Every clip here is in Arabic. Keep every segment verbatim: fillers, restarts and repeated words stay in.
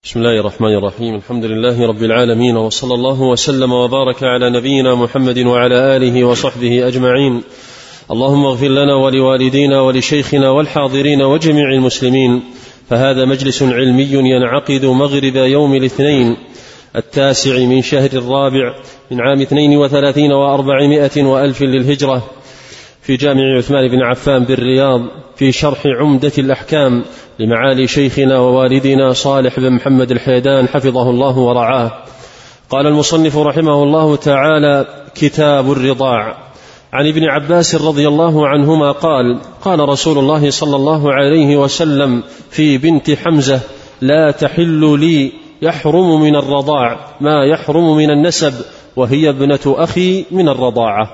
بسم الله الرحمن الرحيم. الحمد لله رب العالمين، وصلى الله وسلم وبارك على نبينا محمد وعلى آله وصحبه أجمعين. اللهم اغفر لنا ولوالدينا ولشيخنا والحاضرين وجميع المسلمين. فهذا مجلس علمي ينعقد مغرب يوم الاثنين التاسع من شهر الرابع من عام اثنين وثلاثين وأربعمائة وألف للهجرة في جامع عثمان بن عفان بالرياض في شرح عمدة الأحكام لمعالي شيخنا ووالدنا صالح بن محمد الحيدان حفظه الله ورعاه. قال المصنف رحمه الله تعالى: كتاب الرضاع. عن ابن عباس رضي الله عنهما قال: قال رسول الله صلى الله عليه وسلم في بنت حمزة: لا تحل لي، يحرم من الرضاع ما يحرم من النسب، وهي ابنة أخي من الرضاعة.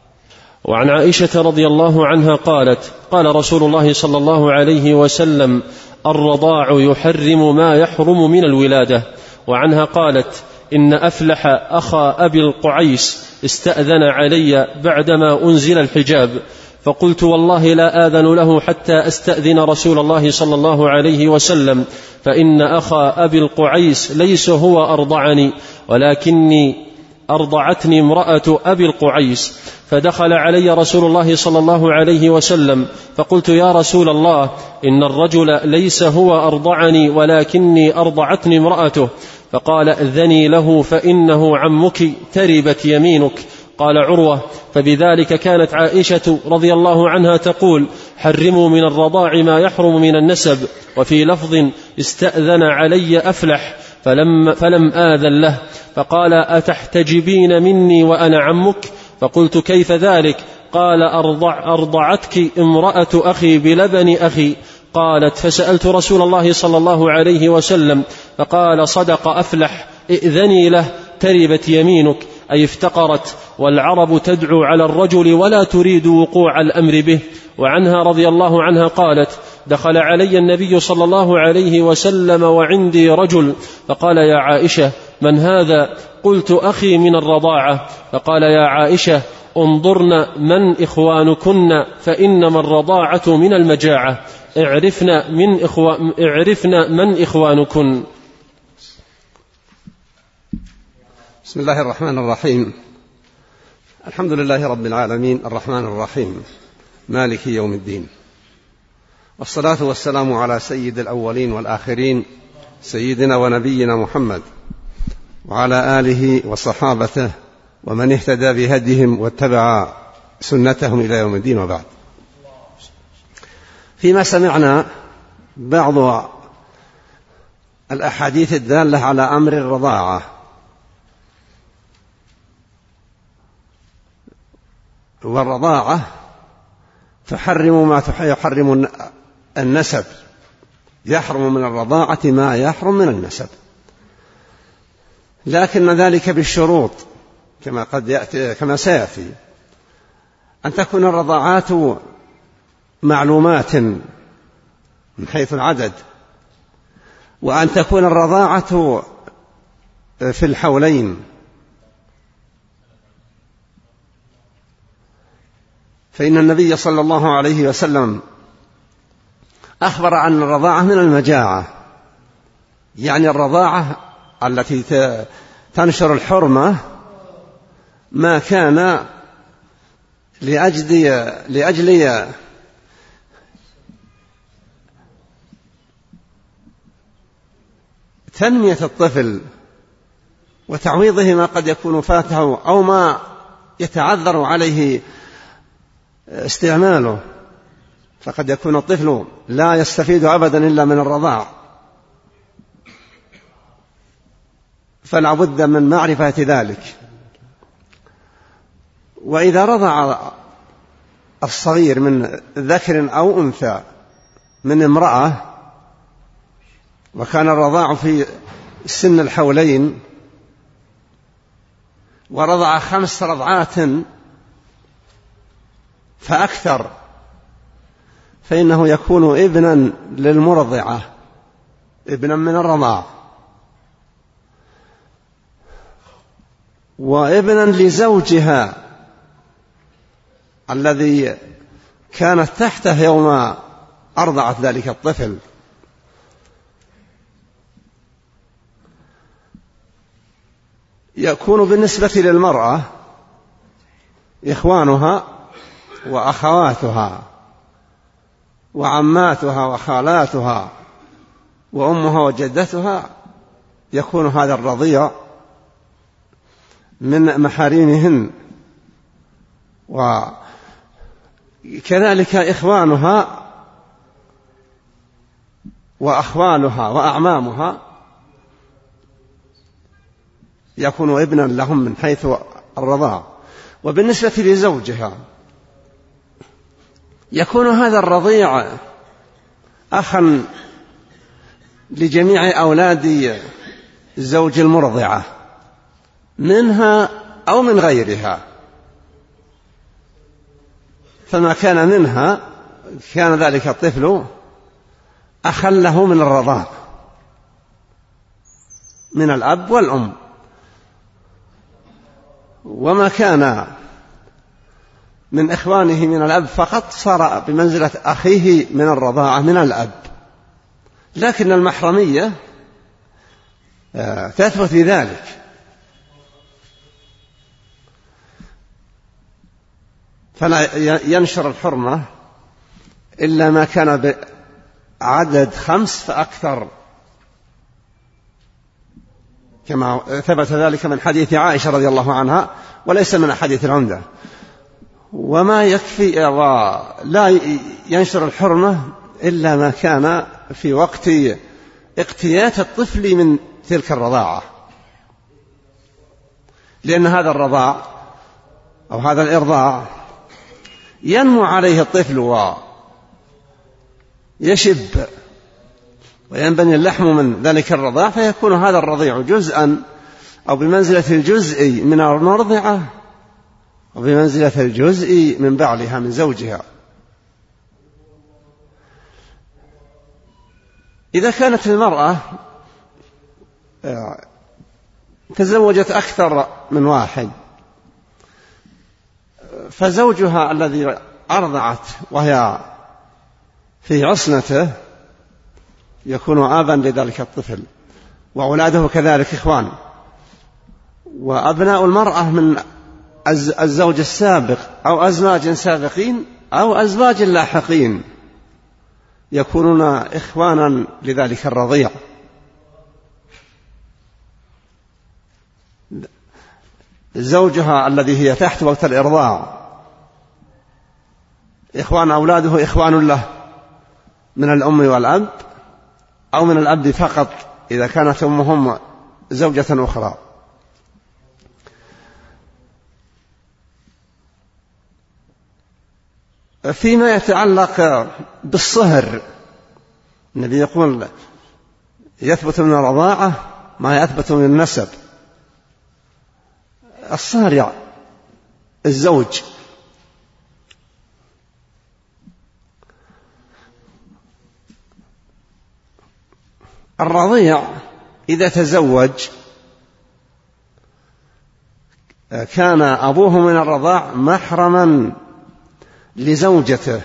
وعن عائشة رضي الله عنها قالت: قال رسول الله صلى الله عليه وسلم: الرضاع يحرم ما يحرم من الولادة. وعنها قالت: إن أفلح أخا أبي القعيس استأذن علي بعدما أنزل الحجاب، فقلت: والله لا آذن له حتى أستأذن رسول الله صلى الله عليه وسلم، فإن أخا أبي القعيس ليس هو أرضعني، ولكني أرضعتني امرأة أبي القعيس. فدخل علي رسول الله صلى الله عليه وسلم، فقلت: يا رسول الله، إن الرجل ليس هو أرضعني ولكني أرضعتني امرأته. فقال: أذني له فإنه عمك، تربت يمينك. قال عروة: فبذلك كانت عائشة رضي الله عنها تقول: حرموا من الرضاع ما يحرم من النسب. وفي لفظ: استأذن علي أفلح فلم, فلم آذن له، فقال: أتحتجبين مني وأنا عمك؟ فقلت: كيف ذلك؟ قال: أرضع أرضعتك امرأة أخي بلبن أخي. قالت: فسألت رسول الله صلى الله عليه وسلم، فقال: صدق أفلح، ائذني له، تربت يمينك، أي افتقرت، والعرب تدعو على الرجل ولا تريد وقوع الأمر به. وعنها رضي الله عنها قالت: دخل علي النبي صلى الله عليه وسلم وعندي رجل، فقال: يا عائشة، من هذا؟ قلت: أخي من الرضاعة. فقال: يا عائشة، انظرن من إخوانكن، فإنما الرضاعة من المجاعة، اعرفن من, إخوان اعرفن من إخوانكن. بسم الله الرحمن الرحيم. الحمد لله رب العالمين، الرحمن الرحيم، مالك يوم الدين، والصلاة والسلام على سيد الأولين والآخرين، سيدنا ونبينا محمد، وعلى آله وصحابته ومن اهتدى بهديهم واتبع سنتهم إلى يوم الدين. وبعد، فيما سمعنا بعض الأحاديث الدالة على أمر الرضاعة، والرضاعة تحرم ما يحرم النسب، يحرم من الرضاعة ما يحرم من النسب، لكن ذلك بالشروط كما قد يأتي كما سيأتي، أن تكون الرضاعات معلومات من حيث العدد، وأن تكون الرضاعة في الحولين، فإن النبي صلى الله عليه وسلم أخبر أن الرضاعة من المجاعة، يعني الرضاعة التي تنشر الحرمة ما كان لأجل, لأجل تنمية الطفل وتعويضه ما قد يكون فاته أو ما يتعذر عليه استعماله، فقد يكون الطفل لا يستفيد أبدا إلا من الرضاع، فلا بد من معرفة ذلك. وإذا رضع الصغير من ذكر أو أنثى من امرأة، وكان الرضاع في سن الحولين، ورضع خمس رضعات فأكثر، فإنه يكون ابنا للمرضعة، ابنا من الرضاع، وابنا لزوجها الذي كانت تحته يوم أرضعت ذلك الطفل. يكون بالنسبة للمرأة إخوانها وأخواتها وعماتها وخالاتها وأمها وجدتها، يكون هذا الرضيع من محارمهن، وكذلك إخوانها وأخوالها وأعمامها يكون ابنا لهم من حيث الرضاع. وبالنسبة لزوجها يكون هذا الرضيع أخا لجميع أولاد الزوج المرضعة منها أو من غيرها، فما كان منها كان ذلك الطفل أخا له من الرضاع من الأب والأم، وما كان من إخوانه من الأب فقط صار بمنزلة أخيه من الرضاعة من الأب. لكن المحرمية تثبت بذلك، فلا ينشر الحرمة إلا ما كان بعدد خمس فأكثر، كما ثبت ذلك من حديث عائشة رضي الله عنها وليس من حديث العمدة. وما يكفي ولا ينشر الحرمة إلا ما كان في وقت اقتيات الطفل من تلك الرضاعة، لأن هذا الرضاع أو هذا الإرضاع ينمو عليه الطفل ويشب وينبني اللحم من ذلك الرضاع، فيكون هذا الرضيع جزءا أو بمنزلة الجزء من المرضعة وبمنزلة الجزء من بعلها من زوجها. إذا كانت المرأة تزوجت أكثر من واحد فزوجها الذي أرضعت وهي في عصنته يكون آبا لذلك الطفل، وأولاده كذلك إخوان، وأبناء المرأة من الزوج السابق أو أزواج سابقين أو أزواج لاحقين يكونون إخوانا لذلك الرضيع. زوجها الذي هي تحت وقت الإرضاع إخوان أولاده إخوان له من الأم والأب أو من الأب فقط إذا كانت أمهم زوجة أخرى. فيما يتعلق بالصهر النبي يقول يثبت من الرضاعة ما يثبت من النسب. الصهر يعني الزوج الرضيع إذا تزوج كان أبوه من الرضاع محرما لزوجته.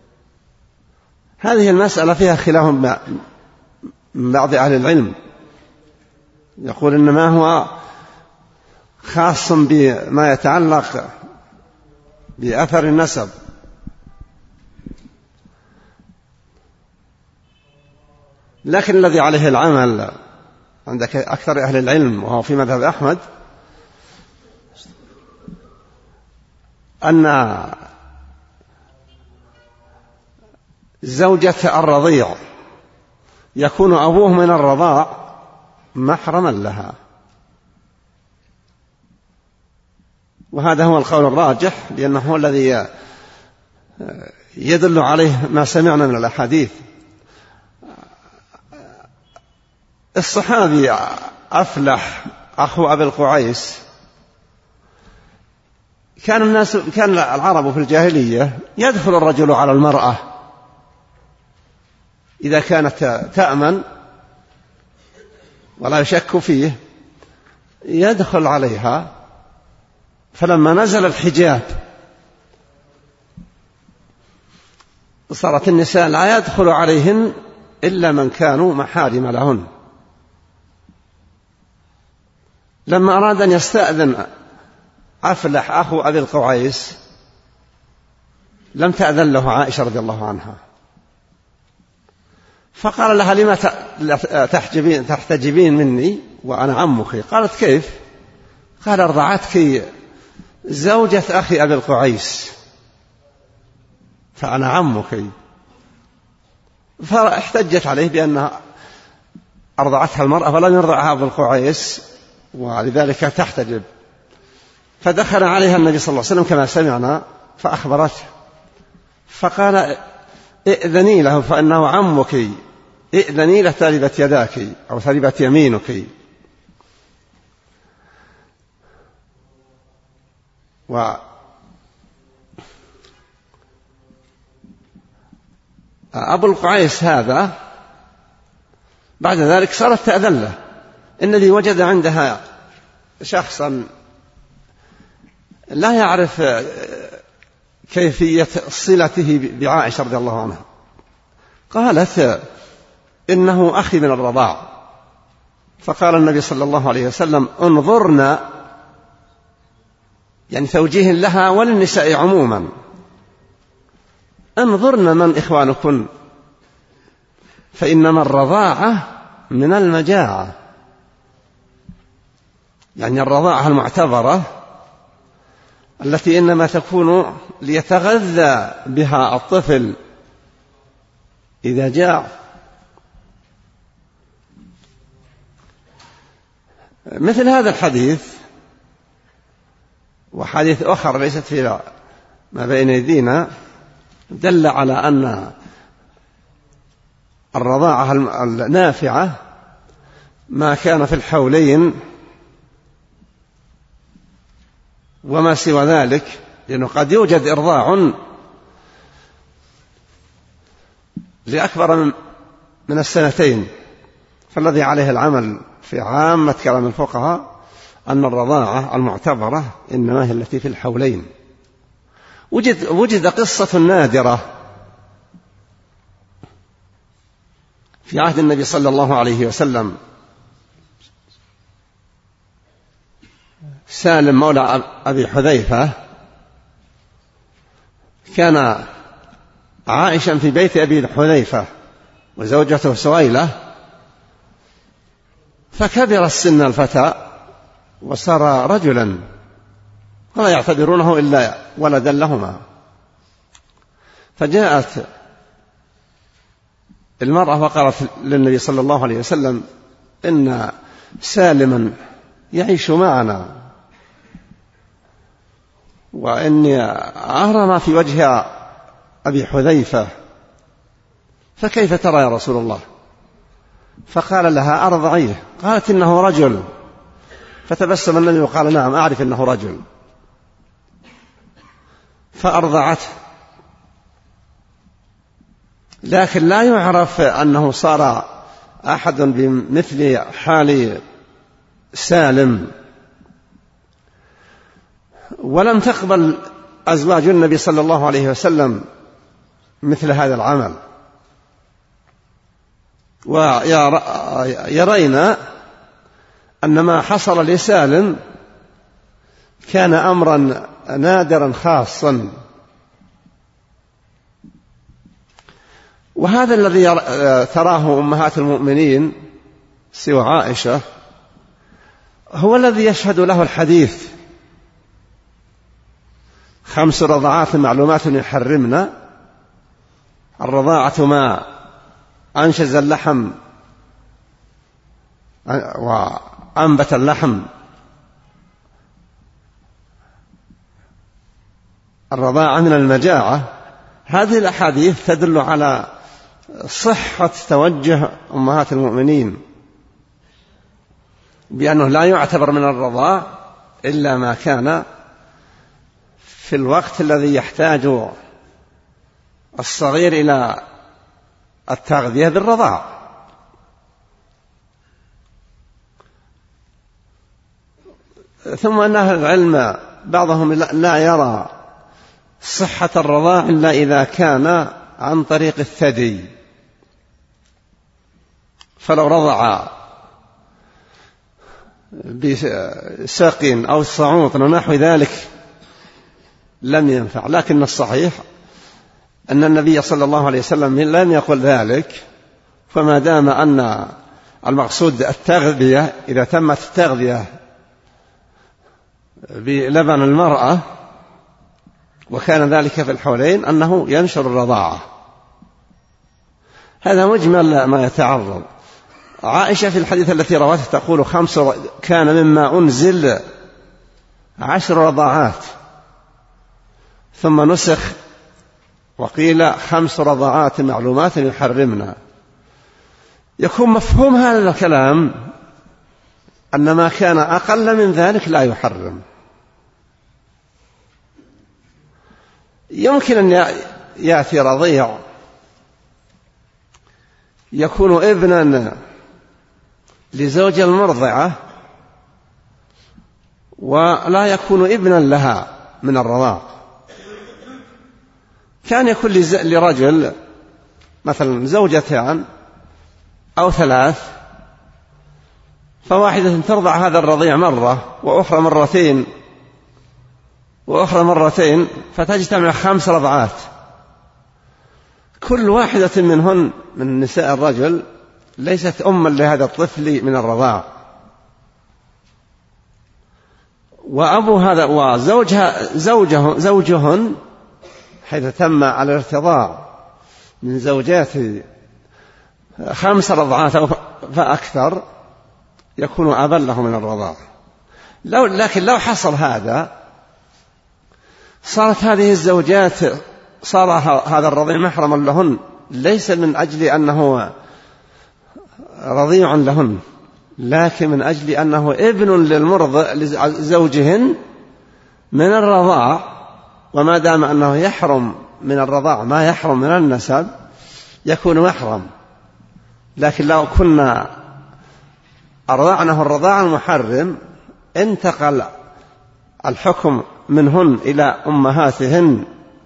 هذه المسألة فيها خلاف من بعض أهل العلم، يقول إنما هو خاص بما يتعلق بأثر النسب، لكن الذي عليه العمل عندك أكثر أهل العلم وهو في مذهب أحمد أن زوجة الرضيع يكون أبوه من الرضاع محرما لها، وهذا هو القول الراجح لأنه هو الذي يدل عليه ما سمعنا من الأحاديث. الصحابي أفلح أخو أبي القعيس كان الناس كان العرب في الجاهلية يدخل الرجل على المرأة إذا كانت تأمن ولا يشك فيه يدخل عليها، فلما نزل الحجاب صارت النساء لا يدخل عليهن إلا من كانوا محارم لهن، لما أراد أن يستأذن أفلح أخو أبي القعيس لم تأذن له عائشة رضي الله عنها، فقال لها: لما تحجبين تحتجبين مني وأنا عمك؟ قالت: كيف؟ قال: أرضعتك زوجة أخي أبي القعيس فأنا عمك. فاحتجت عليه بأنها أرضعتها المرأة فلم يرضعها أبو القعيس ولذلك تحتجب. فدخل عليها النبي صلى الله عليه وسلم كما سمعنا فأخبرته، فقال: ائذني له فإنه عمك، ائذني له تربت يداك أو تربت يمينك. و أبو القعيس هذا بعد ذلك صارت تأذن له. الذي وجد عندها شخصا لا يعرف كيفية صلته بعائشة رضي الله عنها، قالت: إنه أخي من الرضاع. فقال النبي صلى الله عليه وسلم: انظرنا، يعني توجيه لها وللنساء عموما، انظرنا من إخوانكن فإنما الرضاعة من المجاعة. يعني الرضاعة المعتبرة التي إنما تكون ليتغذى بها الطفل إذا جاع. مثل هذا الحديث وحديث آخر ليست في ما بين أيدينا دل على أن الرضاعة النافعة ما كان في الحولين وما سوى ذلك، لأنه قد يوجد إرضاع لأكبر من السنتين، فالذي عليه العمل في عامة كلام الفقهاء أن الرضاعة المعتبرة إنما هي التي في الحولين. وجد, وجد قصة نادرة في عهد النبي صلى الله عليه وسلم. سالم مولى أبي حذيفة كان عائشا في بيت أبي حذيفة وزوجته سويلة، فكبر السن الفتى وصار رجلا ولا يعتبرونه إلا ولدا لهما. فجاءت المرأة وقالت للنبي صلى الله عليه وسلم: إن سالما يعيش معنا وإني أرى ما في وجه أبي حذيفة، فكيف ترى يا رسول الله؟ فقال لها: أرضعيه. قالت: إنه رجل. فتبسم النبي وقال: نعم أعرف إنه رجل. فأرضعته، لكن لا يعرف أنه صار أحد بمثل حال سالم. ولم تقبل أزواج النبي صلى الله عليه وسلم مثل هذا العمل، ويرين أن ما حصل لسالم كان أمرا نادرا خاصا. وهذا الذي تراه أمهات المؤمنين سوى عائشة هو الذي يشهد له الحديث: خمس رضعات معلومات يحرمنا. الرضاعة ما أنشز اللحم وأنبت اللحم، الرضاعة من المجاعة. هذه الأحاديث تدل على صحة توجه أمهات المؤمنين بأنه لا يعتبر من الرضاع إلا ما كان في الوقت الذي يحتاج الصغير إلى التغذية بالرضاع. ثم أن أهل العلم بعضهم لا يرى صحة الرضاع إلا إذا كان عن طريق الثدي، فلو رضع بساق أو صعوط ونحو ذلك لم ينفع. لكن الصحيح أن النبي صلى الله عليه وسلم لم يقل ذلك، فما دام أن المقصود التغذية، إذا تمت التغذية بلبن المرأة وكان ذلك في الحولين أنه ينشر الرضاعة. هذا مجمل ما يتعرض. عائشة في الحديث التي روته تقول خمس كان مما أنزل عشر رضاعات ثم نسخ وقيل خمس رضاعات معلومات يحرمنا. يكون مفهوم هذا الكلام أن ما كان أقل من ذلك لا يحرم. يمكن أن يأتي رضيع يكون ابنا لزوج المرضعة ولا يكون ابنا لها من الرضاع. كان يكون لرجل مثلا زوجتان أو ثلاث، فواحدة ترضع هذا الرضيع مرة وأخرى مرتين وأخرى مرتين، فتجتمع خمس رضعات، كل واحدة منهن من نساء الرجل ليست أما لهذا الطفل من الرضاع. وأبو هذا وزوجها زوجه زوجهن حيث تم على الارتضاع من زوجات خمس رضعات أو فأكثر يكون أبا له من الرضاع. لو لكن لو حصل هذا صارت هذه الزوجات صار هذا الرضيع محرما لهن، ليس من أجل أنه رضيع لهن، لكن من أجل أنه ابن للمرضع لزوجهن من الرضاع. وما دام أنه يحرم من الرضاع ما يحرم من النسب يكون محرم. لكن لو كنا أرضعنه الرضاع المحرم انتقل الحكم منهن إلى أمهاتهن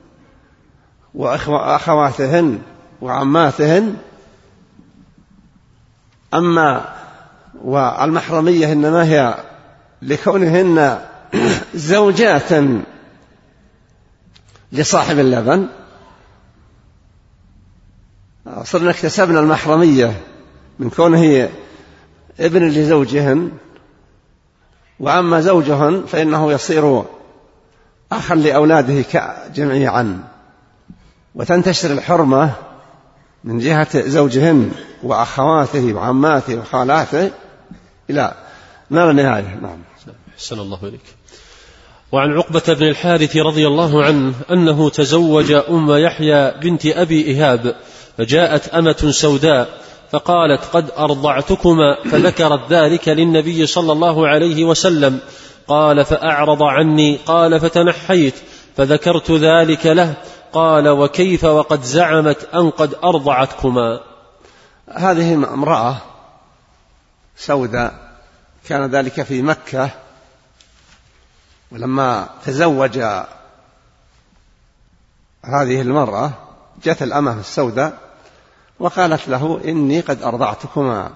وأخواتهن وعماتهن. أما والمحرمية إنما هي لكونهن زوجات لصاحب اللبن، صرنا اكتسبنا المحرمية من كونه ابن لزوجهن، وأما زوجهن فإنه يصير أخا لأولاده جميعا، وتنتشر الحرمة من جهة زوجهن وأخواته وعماته وخالاته إلى ما لا نهاية. نعم. أحسن الله إليك. وعن عقبة بن الحارث رضي الله عنه أنه تزوج أم يحيى بنت أبي إيهاب، فجاءت أمة سوداء فقالت قد أرضعتكما، فذكرت ذلك للنبي صلى الله عليه وسلم، قال فأعرض عني، قال فتنحيت فذكرت ذلك له، قال وكيف وقد زعمت أن قد أرضعتكما. هذه امرأة سوداء كان ذلك في مكة، ولما تزوج هذه المرأة جاءت الأمة السوداء وقالت له إني قد أرضعتكما،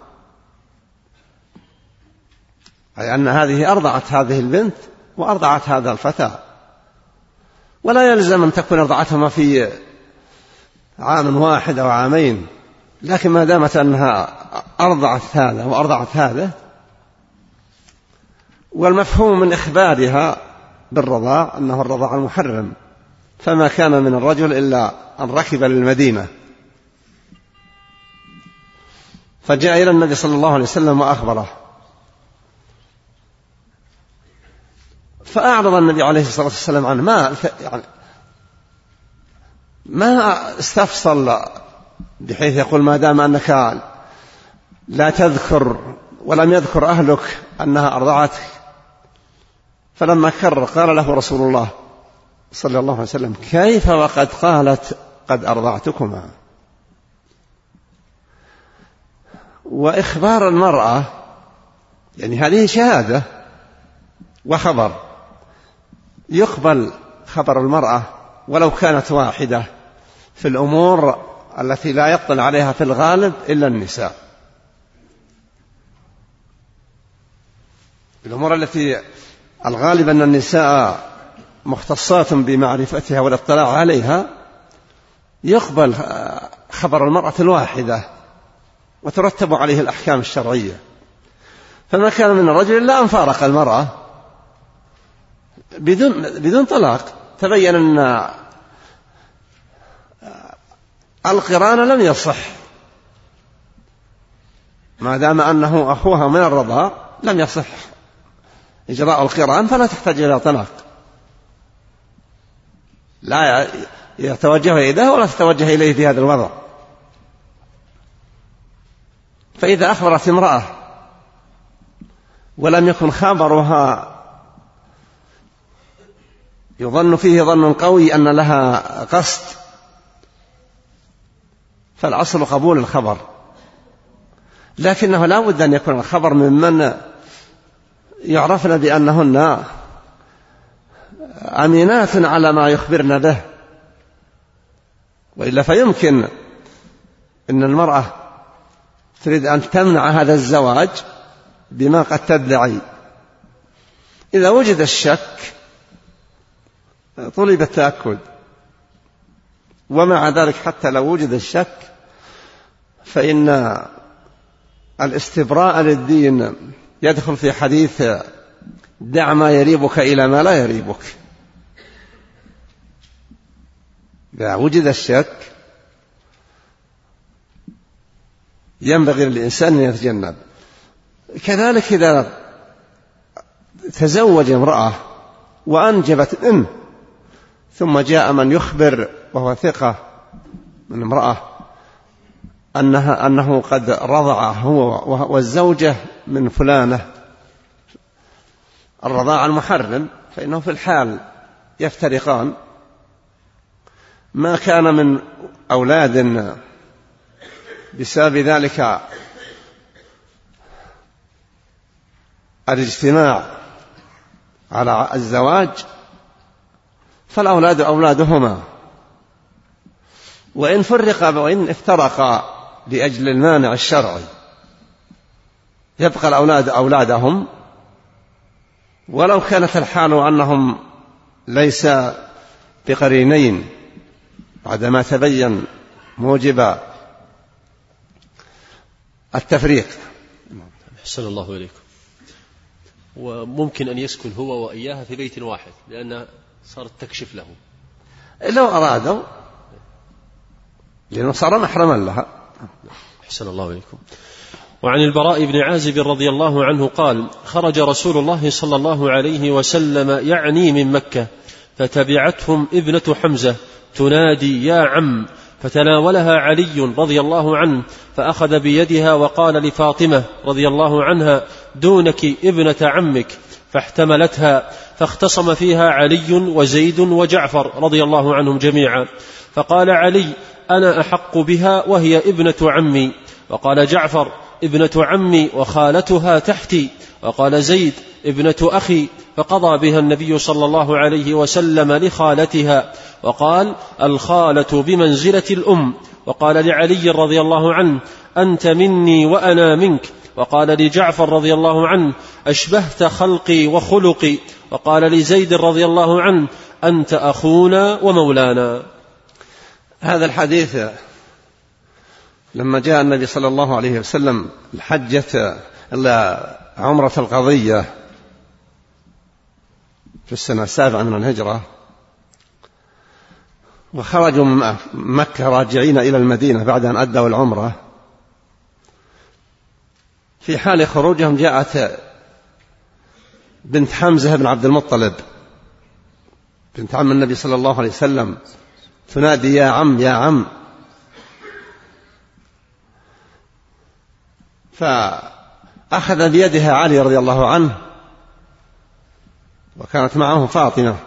أي أن هذه أرضعت هذه البنت وأرضعت هذا الفتى، ولا يلزم أن تكون أرضعتهما في عام واحد أو عامين، لكن ما دامت أنها أرضعت هذا وأرضعت هذا، والمفهوم من إخبارها بالرضاع أنه الرضاع المحرم، فما كان من الرجل إلا أن ركب للمدينة فجاء إلى النبي صلى الله عليه وسلم وأخبره، فأعرض النبي عليه الصلاة والسلام عنه، ما يعني ما استفصل بحيث يقول ما دام أنك لا تذكر ولم يذكر أهلك أنها أرضعتك. فلما كرر قال له رسول الله صلى الله عليه وسلم كيف وقد قالت قد أرضعتكما. وإخبار المرأة يعني هذه شهادة وخبر، يقبل خبر المرأة ولو كانت واحدة في الأمور التي لا يطلع عليها في الغالب إلا النساء. الأمور التي الغالب أن النساء مختصات بمعرفتها والاطلاع عليها يقبل خبر المرأة الواحدة وترتب عليه الأحكام الشرعية. فما كان من الرجل إلا أن فارق المرأة بدون, بدون طلاق تبين أن القران لم يصح ما دام أنه أخوها من الرضاع، لم يصح إجراء القران فلا تحتاج إلى طلاق، لا يتوجه إليه ولا تتوجه إليه في هذا الوضع. فإذا أخبرت امرأة ولم يكن خبرها يظن فيه ظن قوي أن لها قصد، فالأصل قبول الخبر، لكنه لا بد أن يكون الخبر ممن يعرفن بأنهن أمينات على ما يخبرن به، وإلا فيمكن أن المرأة تريد أن تمنع هذا الزواج بما قد تدعي. إذا وجد الشك طلب التأكد، ومع ذلك حتى لو وجد الشك فإن الاستبراء للدين يدخل في حديث دع ما يريبك إلى ما لا يريبك. إذا وجد الشك ينبغي للإنسان أن يتجنب. كذلك إذا تزوج امرأة وأنجبت ابن ثم جاء من يخبر وهو ثقة من امرأة أنها أنه قد رضع هو والزوجة من فلانة الرضاع المحرم، فإنه في الحال يفترقان. ما كان من أولاد بسبب ذلك الاجتماع على الزواج فالأولاد أولادهما، وإن فرقا وإن افترقا لأجل المانع الشرعي يبقى الأولاد أولادهم، ولو كانت الحال أنهم ليس بقرينين بعدما تبين موجب التفريق. أحسن الله إليكم. وممكن أن يسكن هو وإياها في بيت واحد لأن صارت تكشف له لو أرادوا، لأنه صار محرما لها. أحسن الله إليكم. وعن البراء بن عازب رضي الله عنه قال خرج رسول الله صلى الله عليه وسلم يعني من مكة فتبعتهم ابنة حمزة تنادي يا عم، فتناولها علي رضي الله عنه فأخذ بيدها وقال لفاطمة رضي الله عنها دونك ابنة عمك، فاحتملتها، فاختصم فيها علي وزيد وجعفر رضي الله عنهم جميعا، فقال علي أنا أحق بها وهي ابنة عمي، وقال جعفر ابنة عمي وخالتها تحتي، وقال زيد ابنة أخي، فقضى بها النبي صلى الله عليه وسلم لخالتها، وقال الخالة بمنزلة الأم، وقال لعلي رضي الله عنه أنت مني وأنا منك، وقال لجعفر رضي الله عنه أشبهت خلقي وخلقي، وقال لزيد رضي الله عنه أنت أخونا ومولانا. هذا الحديث لما جاء النبي صلى الله عليه وسلم الحجة عمرة القضية في السنة السابعة من الهجرة وخرجوا من مكة راجعين إلى المدينة بعد أن أدوا العمرة، في حال خروجهم جاءت بنت حمزة بن عبد المطلب بنت عم النبي صلى الله عليه وسلم تنادي يا عم يا عم، فأخذ بيدها علي رضي الله عنه وكانت معه فاطمة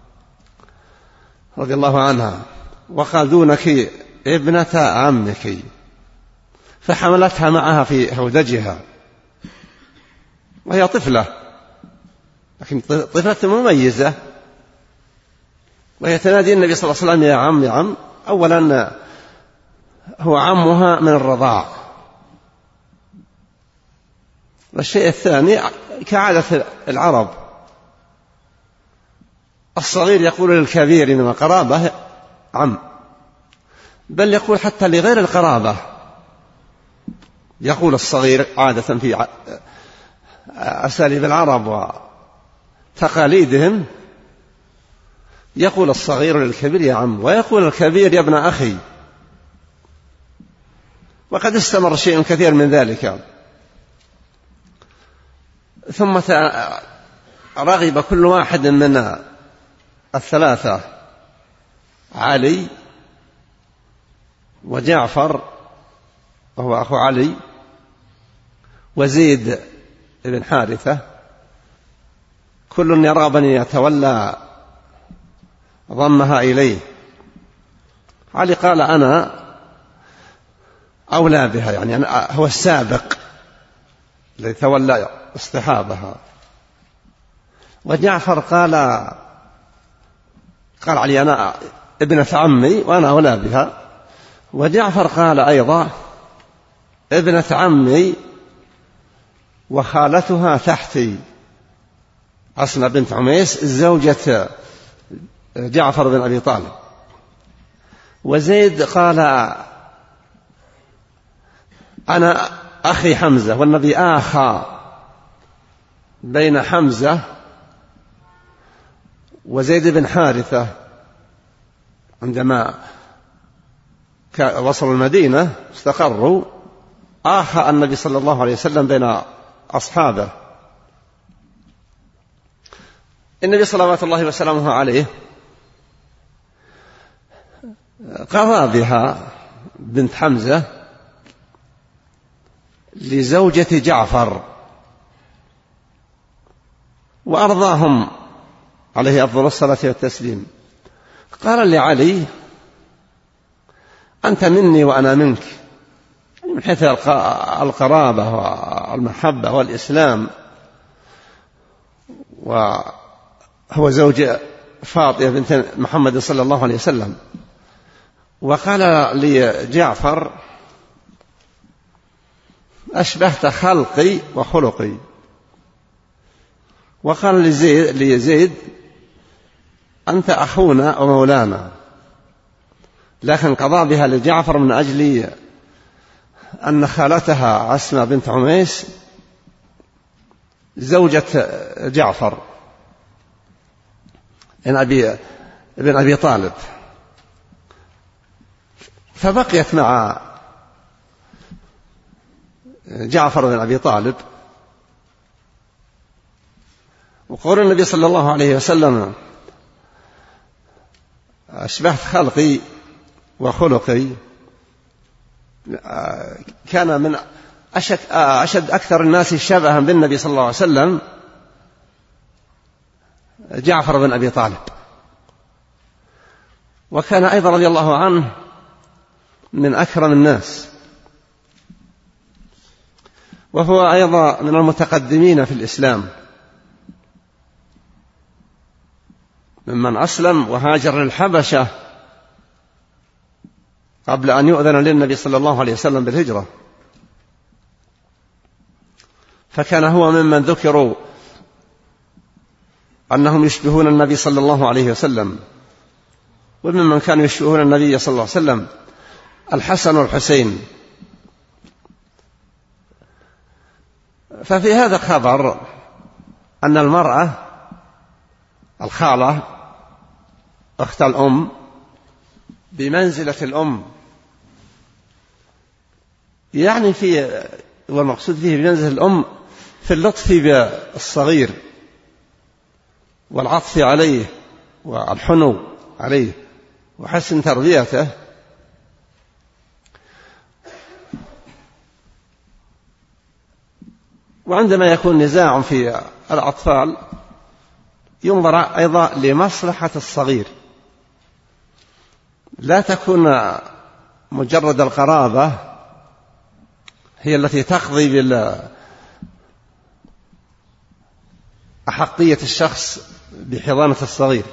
رضي الله عنها، وقال دونك ابنة عمك، فحملتها معها في هودجها وهي طفلة، لكن طفلة مميزة، وهي تنادي النبي صلى الله عليه وسلم يا عم يا عم. أولا هو عمها من الرضاع، والشيء الثاني كعادة العرب، الصغير يقول للكبير من القرابة عم، بل يقول حتى لغير القرابة، يقول الصغير عادة في أساليب العرب وتقاليدهم، يقول الصغير للكبير يا عم، ويقول الكبير يا ابن أخي. وقد استمر شيء كثير من ذلك. ثم رغب كل واحد من الثلاثة، علي وجعفر وهو أخو علي وزيد بن حارثة، كل يرغب أن يتولى ضمها إليه. علي قال أنا أولى بها، يعني أنا هو السابق الذي تولى اصطحابها. وجعفر قال قال علي أنا ابنة عمي وأنا أولى بها. وجعفر قال أيضا ابنة عمي وخالتها تحتي، أسماء بنت عميس زوجة جعفر بن أبي طالب. وزيد قال أنا أخي حمزة، والنبي آخى بين حمزة وزيد بن حارثة عندما وصلوا المدينة استقروا، آخى النبي صلى الله عليه وسلم بين أصحابه. النبي صلوات الله وسلامه عليه قضى بها بنت حمزة لزوجة جعفر، وأرضاهم عليه أفضل الصلاة والتسليم. قال لعلي أنت مني وأنا منك، من حيث القرابة والمحبة والإسلام، وهو زوج فاطمة بنت محمد صلى الله عليه وسلم. وقال لجعفر أشبهت خلقي وخلقي. وقال لزيد, لزيد أنت أخونا ومولانا، لكن قضى بها لجعفر من أجل أن خالتها أسماء بنت عميس زوجة جعفر بن أبي, بن أبي طالب، فبقيت مع جعفر بن أبي طالب. وقول النبي صلى الله عليه وسلم أشبهت خلقي وخلقي، كان من أشد, أشد أكثر الناس شبها بالنبي صلى الله عليه وسلم جعفر بن أبي طالب. وكان أيضا رضي الله عنه من أكرم الناس، وهو أيضا من المتقدمين في الإسلام، ممن أسلم وهاجر للحبشة قبل أن يؤذن للنبي صلى الله عليه وسلم بالهجرة. فكان هو ممن ذكروا أنهم يشبهون النبي صلى الله عليه وسلم، وممن كانوا يشبهون النبي صلى الله عليه وسلم الحسن والحسين. ففي هذا خبر أن المرأة الخالة أخت الأم بمنزلة الأم، يعني في والمقصود فيه بمنزلة الأم في اللطف بالصغير والعطف عليه والحنو عليه وحسن تربيته. وعندما يكون نزاع في الأطفال ينظر أيضا لمصلحة الصغير، لا تكون مجرد القرابة هي التي تقضي بأحقية الشخص بحضانة الصغير.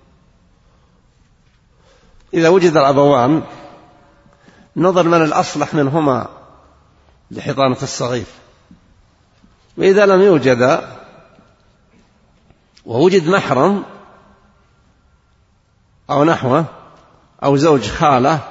إذا وجد الأبوان نظر من الأصلح منهما لحضانة الصغير، وإذا لم يوجد ووجد محرم أو نحوه أو زوج خالة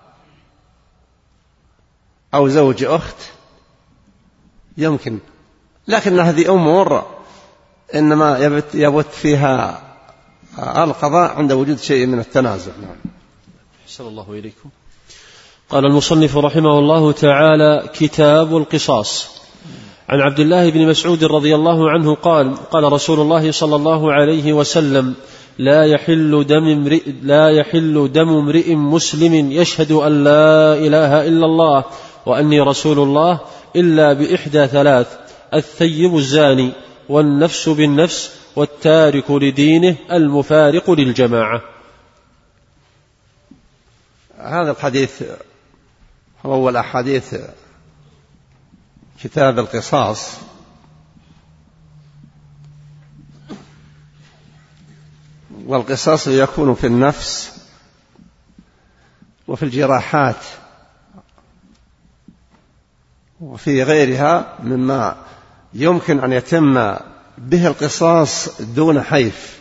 أو زوج أخت يمكن، لكن هذه أمور إنما يبت, يبت فيها القضاء عند وجود شيء من التنازع. نعم. أحسن الله إليكم. قال المصنف رحمه الله تعالى: كتاب القصاص. عن عبد الله بن مسعود رضي الله عنه قال: قال رسول الله صلى الله عليه وسلم: لا يحل دم امرئ لا يحل دم امرئ مسلم يشهد أن لا إله إلا الله وأني رسول الله إلا بإحدى ثلاث: الثيب الزاني، والنفس بالنفس، والتارك لدينه، المفارق للجماعة. هذا الحديث هو أول أحاديث كتاب القصاص. والقصاص يكون في النفس وفي الجراحات وفي غيرها مما يمكن أن يتم به القصاص دون حيف.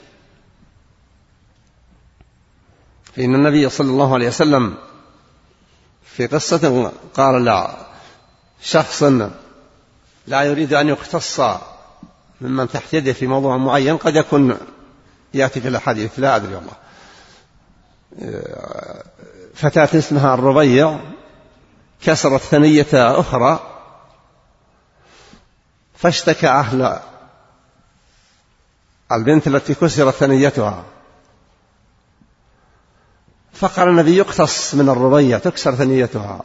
فإن النبي صلى الله عليه وسلم في قصة قال: لا شخص لا يريد أن يقتص ممن تحت يده في موضوع معين، قد يكون يأتي في الحديث لا أدري والله، فتاة اسمها الربيع كسرت ثنية أخرى فاشتكى أهل البنت التي كسرت ثنيتها، فقال النبي: يقتص من الربيع تكسر ثنيتها.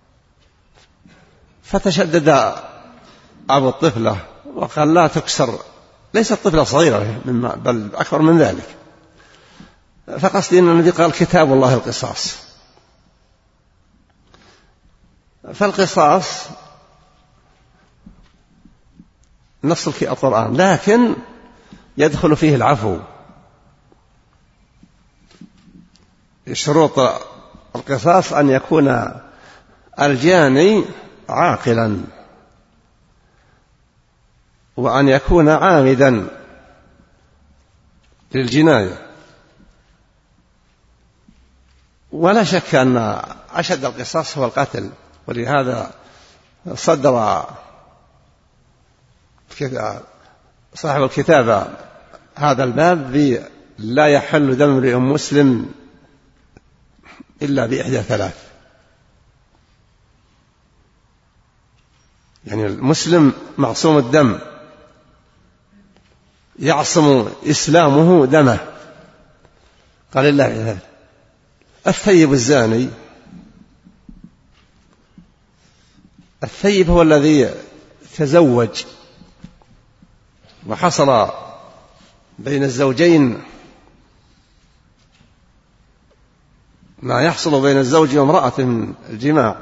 فتشدد أبو الطفلة وقال: لا تكسر، ليست طفلة صغيرة بل أكبر من ذلك. فقصدي أن النبي قال: كتاب الله القصاص. فالقصاص نص القرآن، لكن يدخل فيه العفو. شروط القصاص أن يكون الجاني عاقلا، وأن يكون عامدا للجناية. ولا شك أن أشد القصاص هو القتل، ولهذا صدر صاحب الكتاب هذا الباب: لا يحل دم امرئ مسلم إلا بإحدى ثلاث. يعني المسلم معصوم الدم، يعصم إسلامه دمه. قال الله تعالى: الثيب الزاني. الثيب هو الذي تزوج وحصل بين الزوجين ما يحصل بين الزوج وامرأة من الجماع،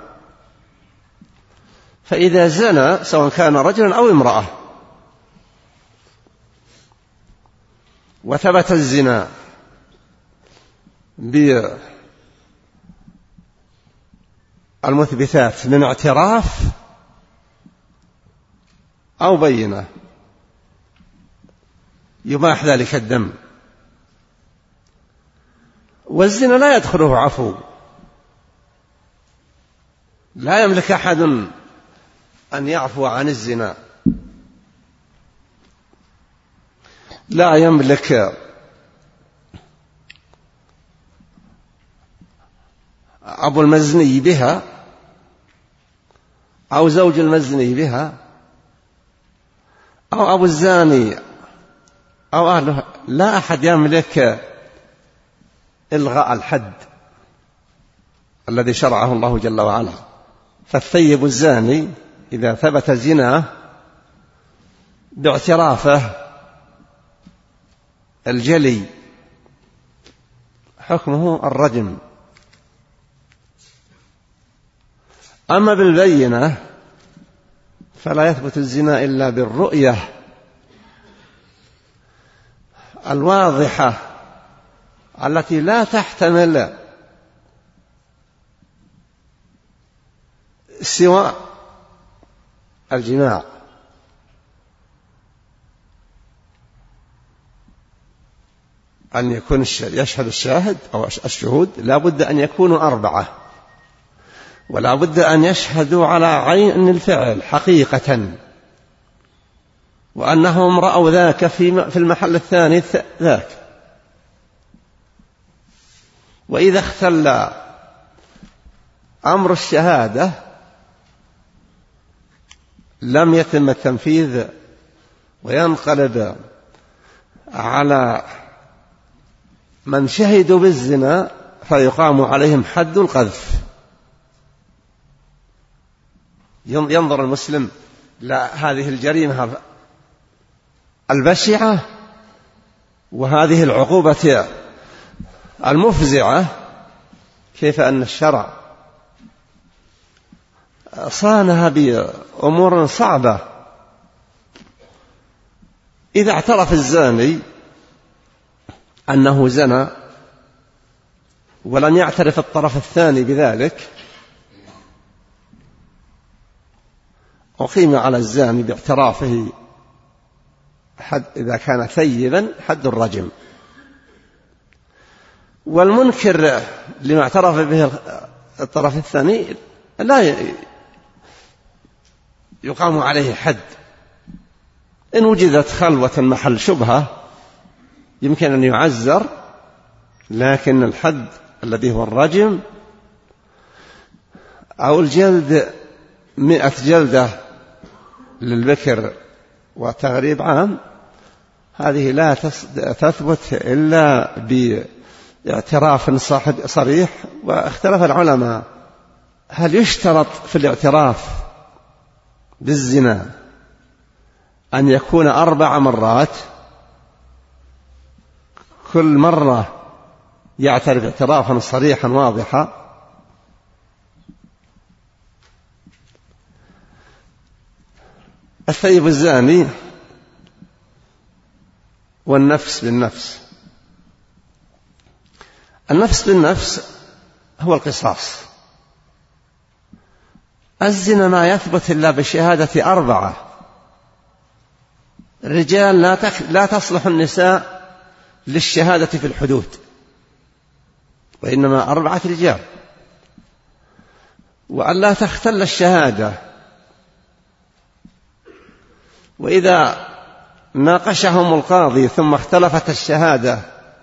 فإذا زنى سواء كان رجلا أو امرأة وثبت الزنا بالمثبتات من اعتراف أو بينة، يباح ذلك الدم. والزنا لا يدخله عفو، لا يملك أحد أن يعفو عن الزنا، لا يملك أبو المزني بها أو زوج المزني بها أو أبو الزاني أو أهله، لا أحد يملك إلغاء الحد الذي شرعه الله جل وعلا. فالثيب الزاني إذا ثبت زناه باعترافه الجلي حكمه الرجم. أما بالبينة فلا يثبت الزنا إلا بالرؤية الواضحة التي لا تحتمل سوى الجماع. أن يكون يشهد الشاهد أو الشهود لا بد أن يكونوا أربعة، ولا بد أن يشهدوا على عين الفعل حقيقة، وأنهم رأوا ذاك في المحل الثاني ذاك. وإذا اختل أمر الشهادة لم يتم التنفيذ، وينقلب على من شهدوا بالزنا فيقام عليهم حد القذف. ينظر المسلم لهذه الجريمة البشعة وهذه العقوبة المفزعة، كيف أن الشرع صانها بأمور صعبة. إذا اعترف الزاني أنه زنى ولم يعترف الطرف الثاني بذلك، أقيم على الزاني باعترافه حد إذا كان ثيبا حد الرجم، والمنكر لما اعترف به الطرف الثاني لا يقام عليه حد. إن وجدت خلوة محل شبهة يمكن أن يعزر، لكن الحد الذي هو الرجم أو الجلد مئة جلدة للبكر وتغريب عام، هذه لا تثبت إلا باعتراف صريح. واختلف العلماء هل يشترط في الاعتراف بالزنا أن يكون أربع مرات، كل مرة يعترف اعترافا صريحا واضحا، الثيب الزاني والنفس بالنفس. النفس بالنفس هو القصاص. الزنا ما يثبت إلا بشهادة أربعة. الرجال لا, تك... لا تصلح النساء للشهادة في الحدود، وإنما أربعة رجال. وأن لا تختل الشهادة، وإذا ناقشهم القاضي ثم اختلفت الشهادة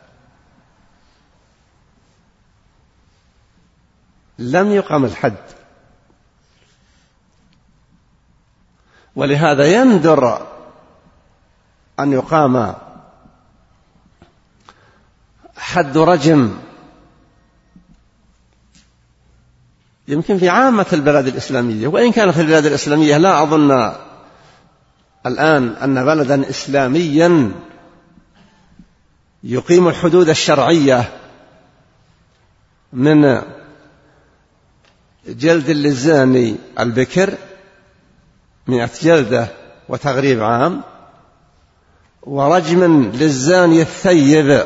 لم يقم الحد. ولهذا يندر أن يقام حد رجم يمكن في عامة البلاد الإسلامية، وإن كانت البلاد الإسلامية لا أظن الآن أن بلدا إسلاميا يقيم الحدود الشرعية من جلد للزاني البكر مئة جلدة وتغريب عام، ورجم للزاني الثيب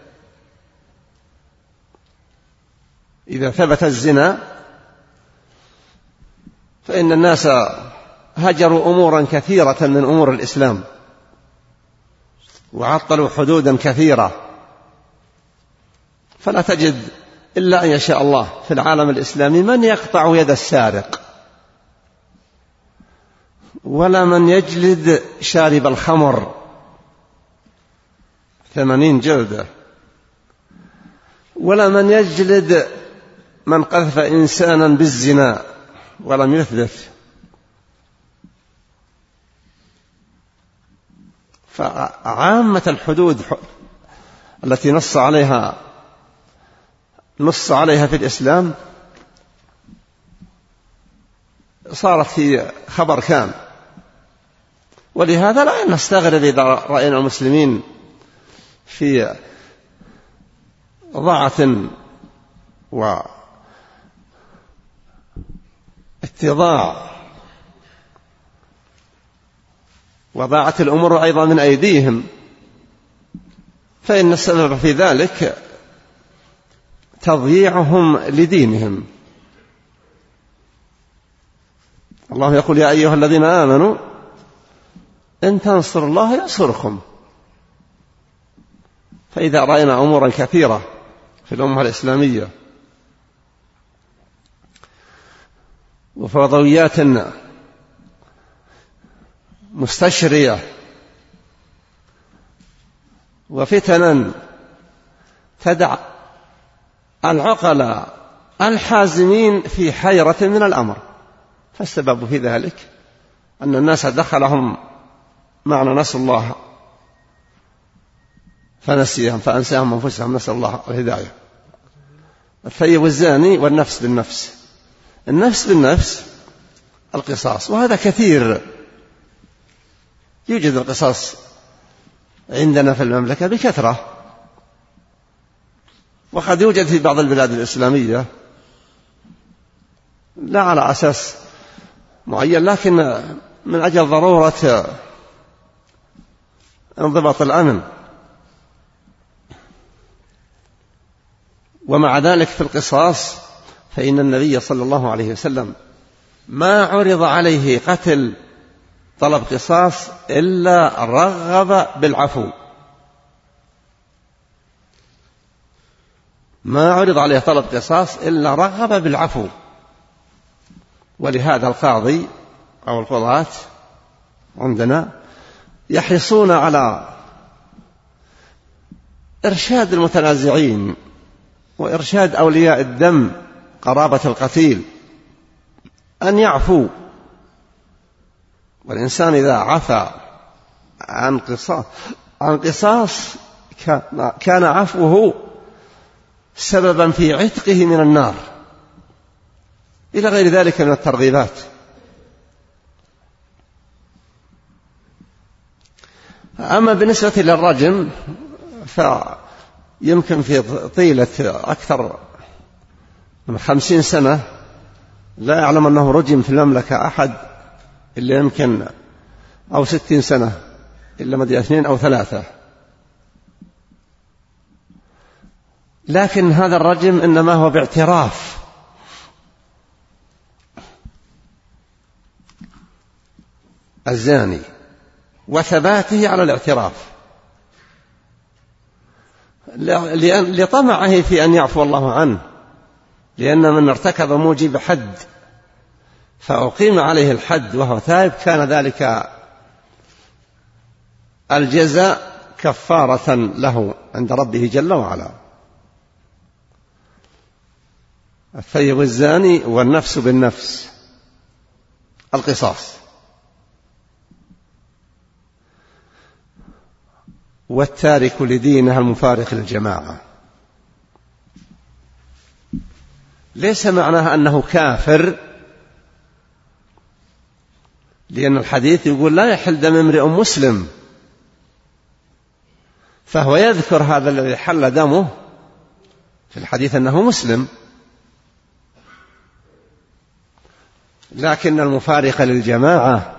إذا ثبت الزنا. فإن الناس هجروا أمورا كثيرة من أمور الإسلام وعطلوا حدودا كثيرة، فلا تجد إلا أن يشاء الله في العالم الإسلامي من يقطع يد السارق، ولا من يجلد شارب الخمر ثمانين جلدة، ولا من يجلد من قذف إنسانا بالزنا ولم يثبت. فعامة الحدود التي نص عليها نص عليها في الإسلام صارت هي خبر كان. ولهذا لا نستغرب إذا رأينا المسلمين في ضعة واتضاع وضاعت الأمور أيضا من أيديهم، فإن السبب في ذلك تضييعهم لدينهم. الله يقول: يا أيها الذين آمنوا إن تنصروا الله ينصركم. فإذا رأينا أمورا كثيرة في الأمة الإسلامية وفوضويات مستشرية وفتنا تدع العقلاء الحازمين في حيرة من الأمر، فالسبب في ذلك أن الناس دخلهم معنى نسوا الله فنسيهم فأنساهم أنفسهم، نسأل الله الهداية. الثيب والزاني والنفس بالنفس. النفس بالنفس القصاص، وهذا كثير، يوجد القصاص عندنا في المملكة بكثرة، وقد يوجد في بعض البلاد الإسلامية لا على أساس معين، لكن من أجل ضرورة انضباط الأمن. ومع ذلك في القصاص فإن النبي صلى الله عليه وسلم ما عرض عليه قتل طلب قصاص إلا رغب بالعفو، ما عرض عليه طلب قصاص إلا رغب بالعفو. ولهذا القاضي أو القضاة عندنا يحرصون على إرشاد المتنازعين وإرشاد أولياء الدم قرابة القتيل أن يعفو. والإنسان إذا عفى عن قصاص عن قصاص كان عفوه سببا في عتقه من النار، إلى غير ذلك من الترغيبات. أما بالنسبة للرجم فيمكن في طيلة أكثر من خمسين سنة لا أعلم أنه رجم في المملكة أحد إلا يمكن أو ستين سنة إلا مدى اثنين أو ثلاثة. لكن هذا الرجم إنما هو باعتراف، الزاني وثباته على الاعتراف لطمعه في أن يعفو الله عنه، لأن من ارتكب موجب حد فأقيم عليه الحد وهو تائب كان ذلك الجزاء كفارة له عند ربه جل وعلا. الثيب الزاني والنفس بالنفس القصاص. والتارك لدينها المفارق للجماعة، ليس معناها أنه كافر، لأن الحديث يقول لا يحل دم امرئ مسلم، فهو يذكر هذا الذي حل دمه في الحديث أنه مسلم، لكن المفارق للجماعة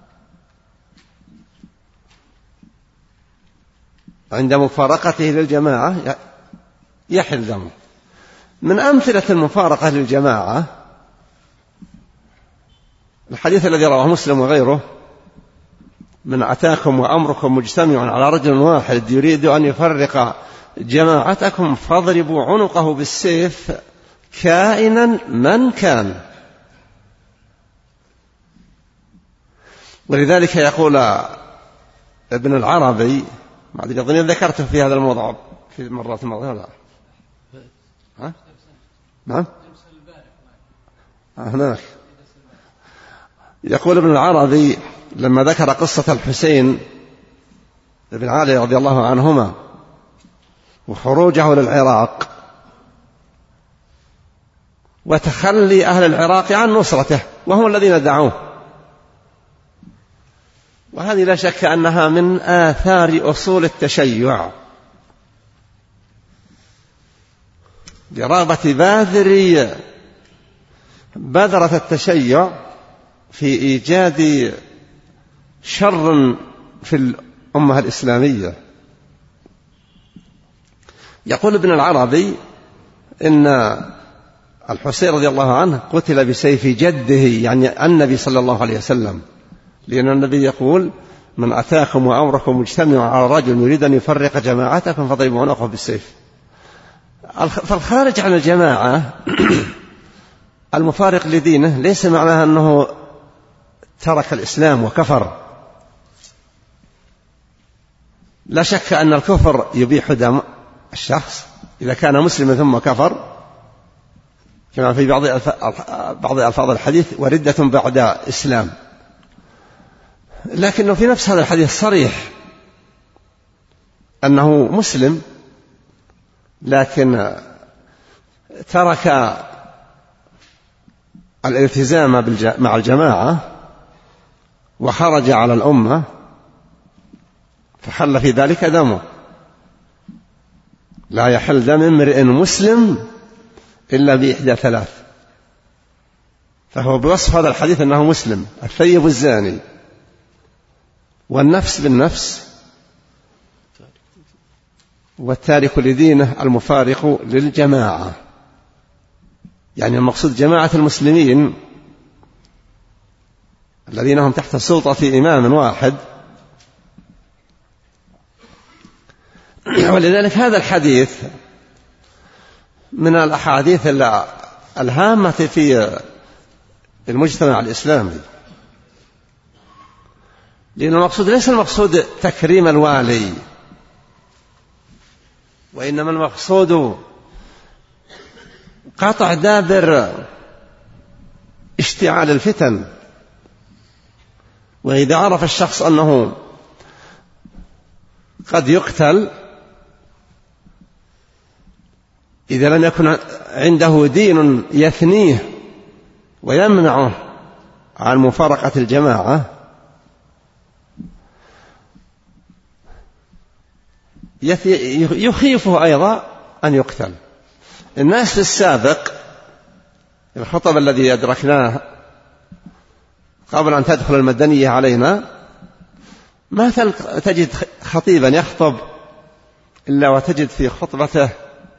عند مفارقته للجماعة يحل دمه. من أمثلة المفارقة للجماعة الحديث الذي رواه مسلم وغيره: من أتاكم وأمركم مجتمع على رجل واحد يريد أن يفرق جماعتكم فاضربوا عنقه بالسيف كائنا من كان. ولذلك يقول ابن العربي، ما أدري أظن ذكرته في هذا الموضوع في المرات الماضية ولا ها؟ نعم هناك. يقول ابن العربي لما ذكر قصة الحسين بن علي رضي الله عنهما وخروجه للعراق وتخلي أهل العراق عن نصرته وهم الذين دعوه، وهذه لا شك أنها من آثار أصول التشيع لرغبة باذري بذرة التشيع في إيجاد شر في الأمة الإسلامية. يقول ابن العربي إن الحسين رضي الله عنه قتل بسيف جده، يعني النبي صلى الله عليه وسلم، لأن النبي يقول: من أتاكم وأمركم مجتمع على رجل يريد أن يفرق جماعتكم فاضربوا عنقه بالسيف. فالخارج عن الجماعة المفارق لدينه ليس معناها أنه ترك الإسلام وكفر. لا شك أن الكفر يبيح دم الشخص إذا كان مسلما ثم كفر، كما في بعض بعض ألفاظ الحديث وردة بعد إسلام. لكنه في نفس هذا الحديث صريح أنه مسلم لكن ترك الالتزام مع الجماعة وخرج على الأمة فحل في ذلك دمه. لا يحل دم امرئ مسلم إلا بإحدى ثلاث. فهو بوصف هذا الحديث أنه مسلم: الثيب الزاني، والنفس بالنفس، والتارك لدينه المفارق للجماعة. يعني المقصود جماعة المسلمين الذين هم تحت سلطة إمام واحد. ولذلك هذا الحديث من الأحاديث الهامة في المجتمع الإسلامي، لأن المقصود ليس المقصود تكريم الوالي، وإنما المقصود قطع دابر اشتعال الفتن. وإذا عرف الشخص أنه قد يقتل إذا لم يكن عنده دين يثنيه ويمنعه عن مفارقة الجماعة، يخيفه أيضا أن يقتل. الناس في السابق، الخطب الذي أدركناه قبل أن تدخل المدنية علينا، ما تجد خطيبا يخطب إلا وتجد في خطبته: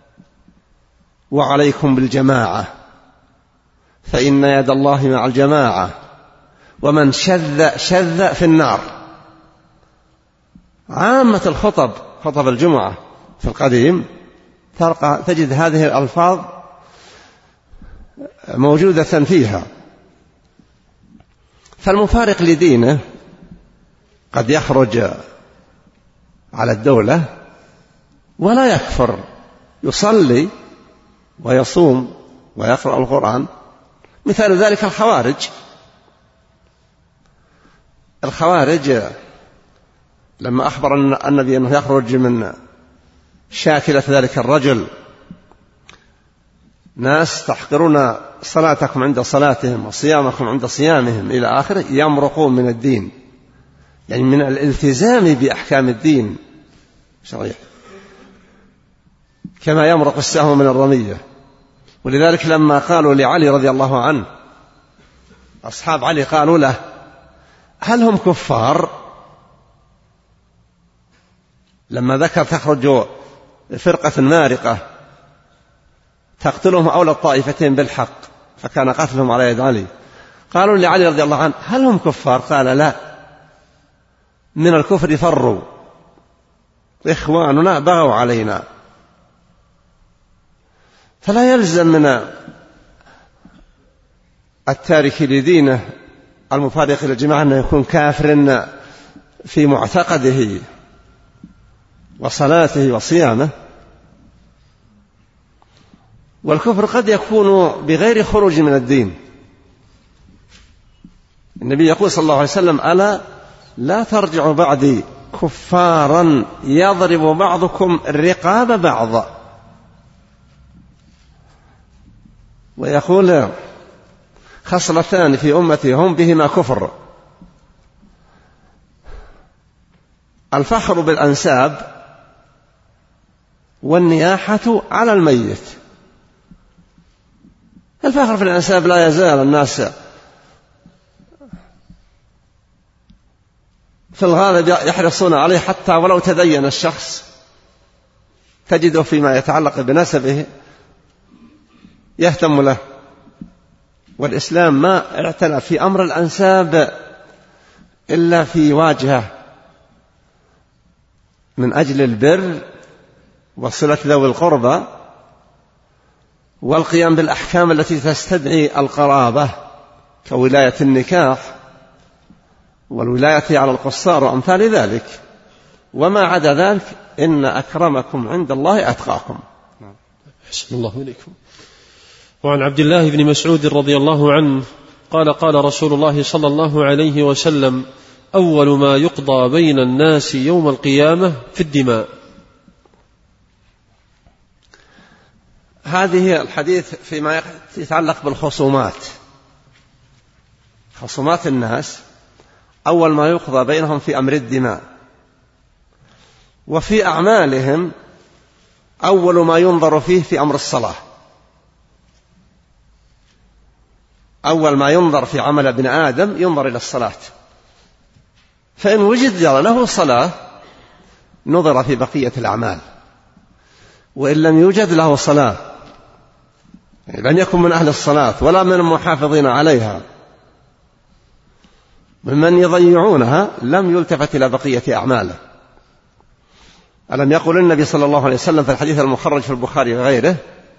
وعليكم بالجماعة فإن يد الله مع الجماعة ومن شذ شذ في النار. عامة الخطب، خطب الجمعة في القديم، تجد هذه الألفاظ موجودة فيها. فالمفارق لدينه قد يخرج على الدولة ولا يكفر، يصلي ويصوم ويقرأ القرآن. مثال ذلك الخوارج. الخوارج لما أخبر النبي أنه يخرج من شاكلة ذلك الرجل ناس تحقرون صلاتكم عند صلاتهم وصيامكم عند صيامهم إلى آخره، يمرقون من الدين، يعني من الالتزام بأحكام الدين شرعية، كما يمرق السهم من الرمية. ولذلك لما قالوا لعلي رضي الله عنه، أصحاب علي قالوا له: هل هم كفار؟ لما ذكر تخرج فرقة مارقة تقتلهم أولى الطائفتين بالحق، فكان قتلهم على يد علي. قالوا لعلي رضي الله عنه: هل هم كفار؟ قال: لا، من الكفر فروا، إخواننا بغوا علينا. فلا يلزم من التارك لدينه المفارق للجماعة أنه يكون كافر في معتقده وصلاته وصيامه. والكفر قد يكون بغير خروج من الدين. النبي يقول صلى الله عليه وسلم: ألا لا ترجعوا بعدي كفارا يضرب بعضكم رقاب بعض. ويقول: خصلتان في أمتي هم بهما كفر: الفخر بالأنساب والنياحة على الميت. الفخر في الأنساب لا يزال الناس في الغالب يحرصون عليه، حتى ولو تدين الشخص تجده فيما يتعلق بنسبه يهتم له. والإسلام ما اعتنى في أمر الأنساب إلا في واجهة من أجل البر وصلة ذوي القربى والقيام بالأحكام التي تستدعي القرابة كولاية النكاح والولاية على القصار وأمثال ذلك. وما عدا ذلك إن أكرمكم عند الله أتقاكم. حسن الله إليكم. وعن عبد الله بن مسعود رضي الله عنه قال قال رسول الله صلى الله عليه وسلم: أول ما يقضى بين الناس يوم القيامة في الدماء. هذه الحديث فيما يتعلق بالخصومات، خصومات الناس أول ما يقضى بينهم في أمر الدماء، وفي أعمالهم أول ما ينظر فيه في أمر الصلاة. أول ما ينظر في عمل ابن آدم ينظر إلى الصلاة، فإن وجد له صلاة نظر في بقية الأعمال، وإن لم يوجد له صلاة يعني لن يكن من أهل الصلاة ولا من المحافظين عليها، ممن يضيعونها، لم يلتفت إلى بقية أعماله. ألم يقل النبي صلى الله عليه وسلم في الحديث المخرج في البخاري وغيره: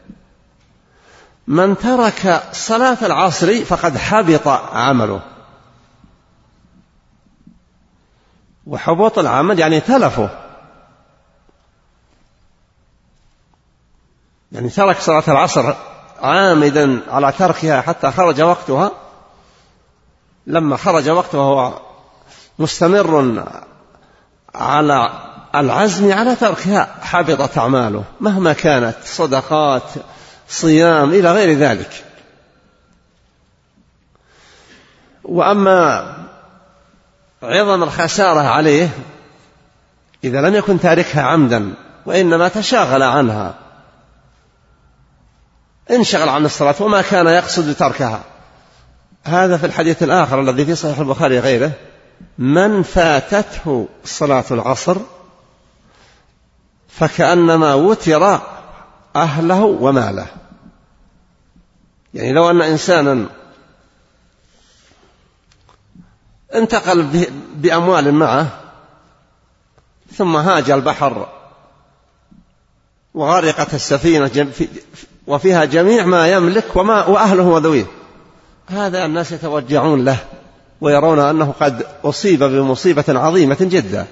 من ترك صلاة العصر فقد حبط عمله. وحبوط العمل يعني تلفه، يعني ترك صلاة العصر عامدا على تركها حتى خرج وقتها، لما خرج وقتها هو مستمر على العزم على تركها، حبطت أعماله مهما كانت، صدقات، صيام، إلى غير ذلك. وأما عظم الخسارة عليه إذا لم يكن تاركها عمدا وإنما تشاغل عنها، انشغل عن الصلاة وما كان يقصد تركها. هذا في الحديث الآخر الذي في صحيح البخاري غيره: من فاتته صلاة العصر فكأنما وتر أهله وماله. يعني لو أن إنسانا انتقل بأموال معه ثم هاج البحر وغرقت السفينة وفيها جميع ما يملك وما وأهله وذويه، هذا الناس يتوجعون له ويرون أنه قد أصيب بمصيبة عظيمة جدا.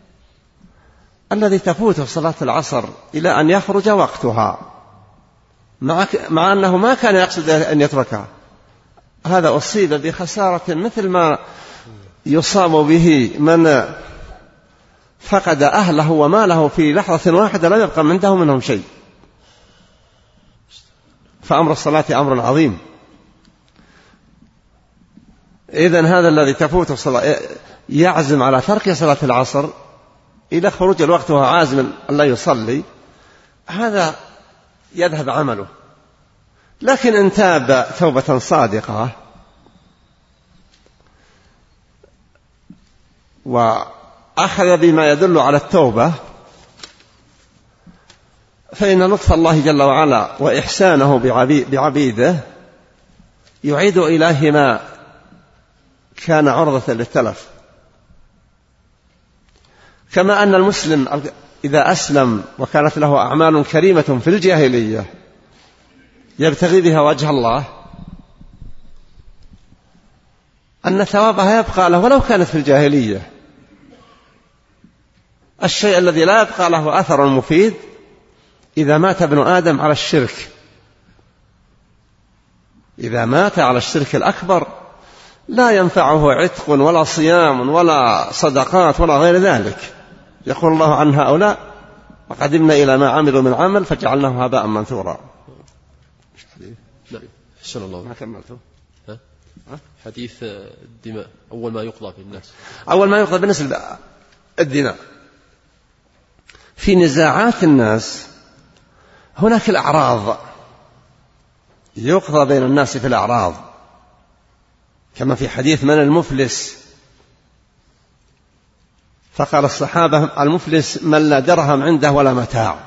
الذي تفوته صلاة العصر إلى أن يخرج وقتها مع, مع أنه ما كان يقصد أن يتركها، هذا أصيب بخسارة مثل ما يصاب به من فقد أهله وماله في لحظة واحدة لا يبقى عنده منهم شيء. فأمر الصلاة أمر عظيم. إذن هذا الذي تفوته الصلاة يعزم على ترك صلاة العصر إلى خروج الوقت وهو عازم أن لا يصلي، هذا يذهب عمله. لكن إن تاب توبة صادقة وأخذ بما يدل على التوبة، فإن لطف الله جل وعلا وإحسانه بعبيده يعيد إليه ما كان عرضة للتلف. كما أن المسلم إذا أسلم وكانت له أعمال كريمة في الجاهلية يبتغي بها وجه الله، أن ثوابها يبقى له ولو كانت في الجاهلية. الشيء الذي لا يبقى له أثر مفيد إذا مات ابن آدم على الشرك، إذا مات على الشرك الأكبر لا ينفعه عتق ولا صيام ولا صدقات ولا غير ذلك. يقول الله عن هؤلاء: وقدمنا إلى ما عملوا من عمل فجعلناه هباء منثورا. لا حسن الله ما كملته. ها؟ حديث الدماء أول ما يقضى في الناس، أول ما يقضى بالنسبة الدماء في نزاعات الناس هناك الأعراض، يقضى بين الناس في الأعراض، كما في حديث من المفلس، فقال الصحابة: المفلس من لا درهم عنده ولا متاع،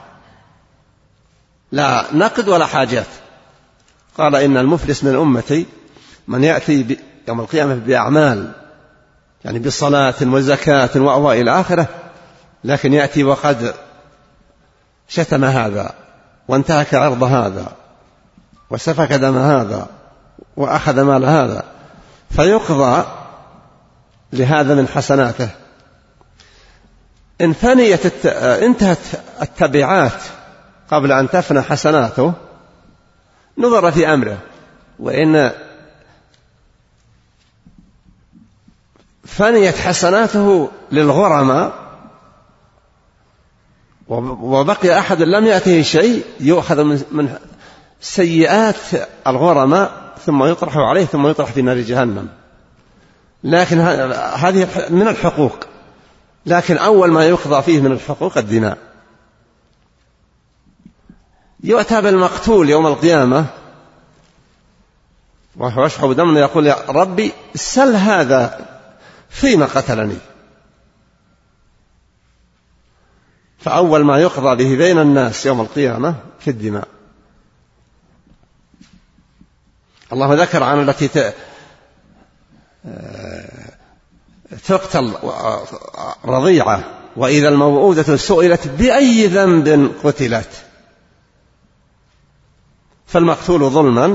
لا نقد ولا حاجات. قال: إن المفلس من أمتي من يأتي يوم القيامة بأعمال، يعني بصلاة وزكاة وإلى آخره، لكن يأتي وقد شتم هذا وانتهك عرض هذا وسفك دم هذا وأخذ مال هذا، فيقضى لهذا من حسناته. إن فنيت الت... انتهت التبعات قبل أن تفنى حسناته نظر في أمره، وإن فنيت حسناته للغرماء وبقي أحد لم يأته شيء يؤخذ من سيئات الغرماء ثم يطرح عليه ثم يطرح في نار جهنم. لكن هذه من الحقوق، لكن أول ما يقضى فيه من الحقوق الدماء. يؤتى بالمقتول يوم القيامة وهو يشحب دمه يقول يا ربي سل هذا فيما قتلني. فأول ما يقضى به بين الناس يوم القيامة في الدماء. الله ذكر عن التي تقتل رضيعة وإذا الموءودة سئلت بأي ذنب قتلت. فالمقتول ظلما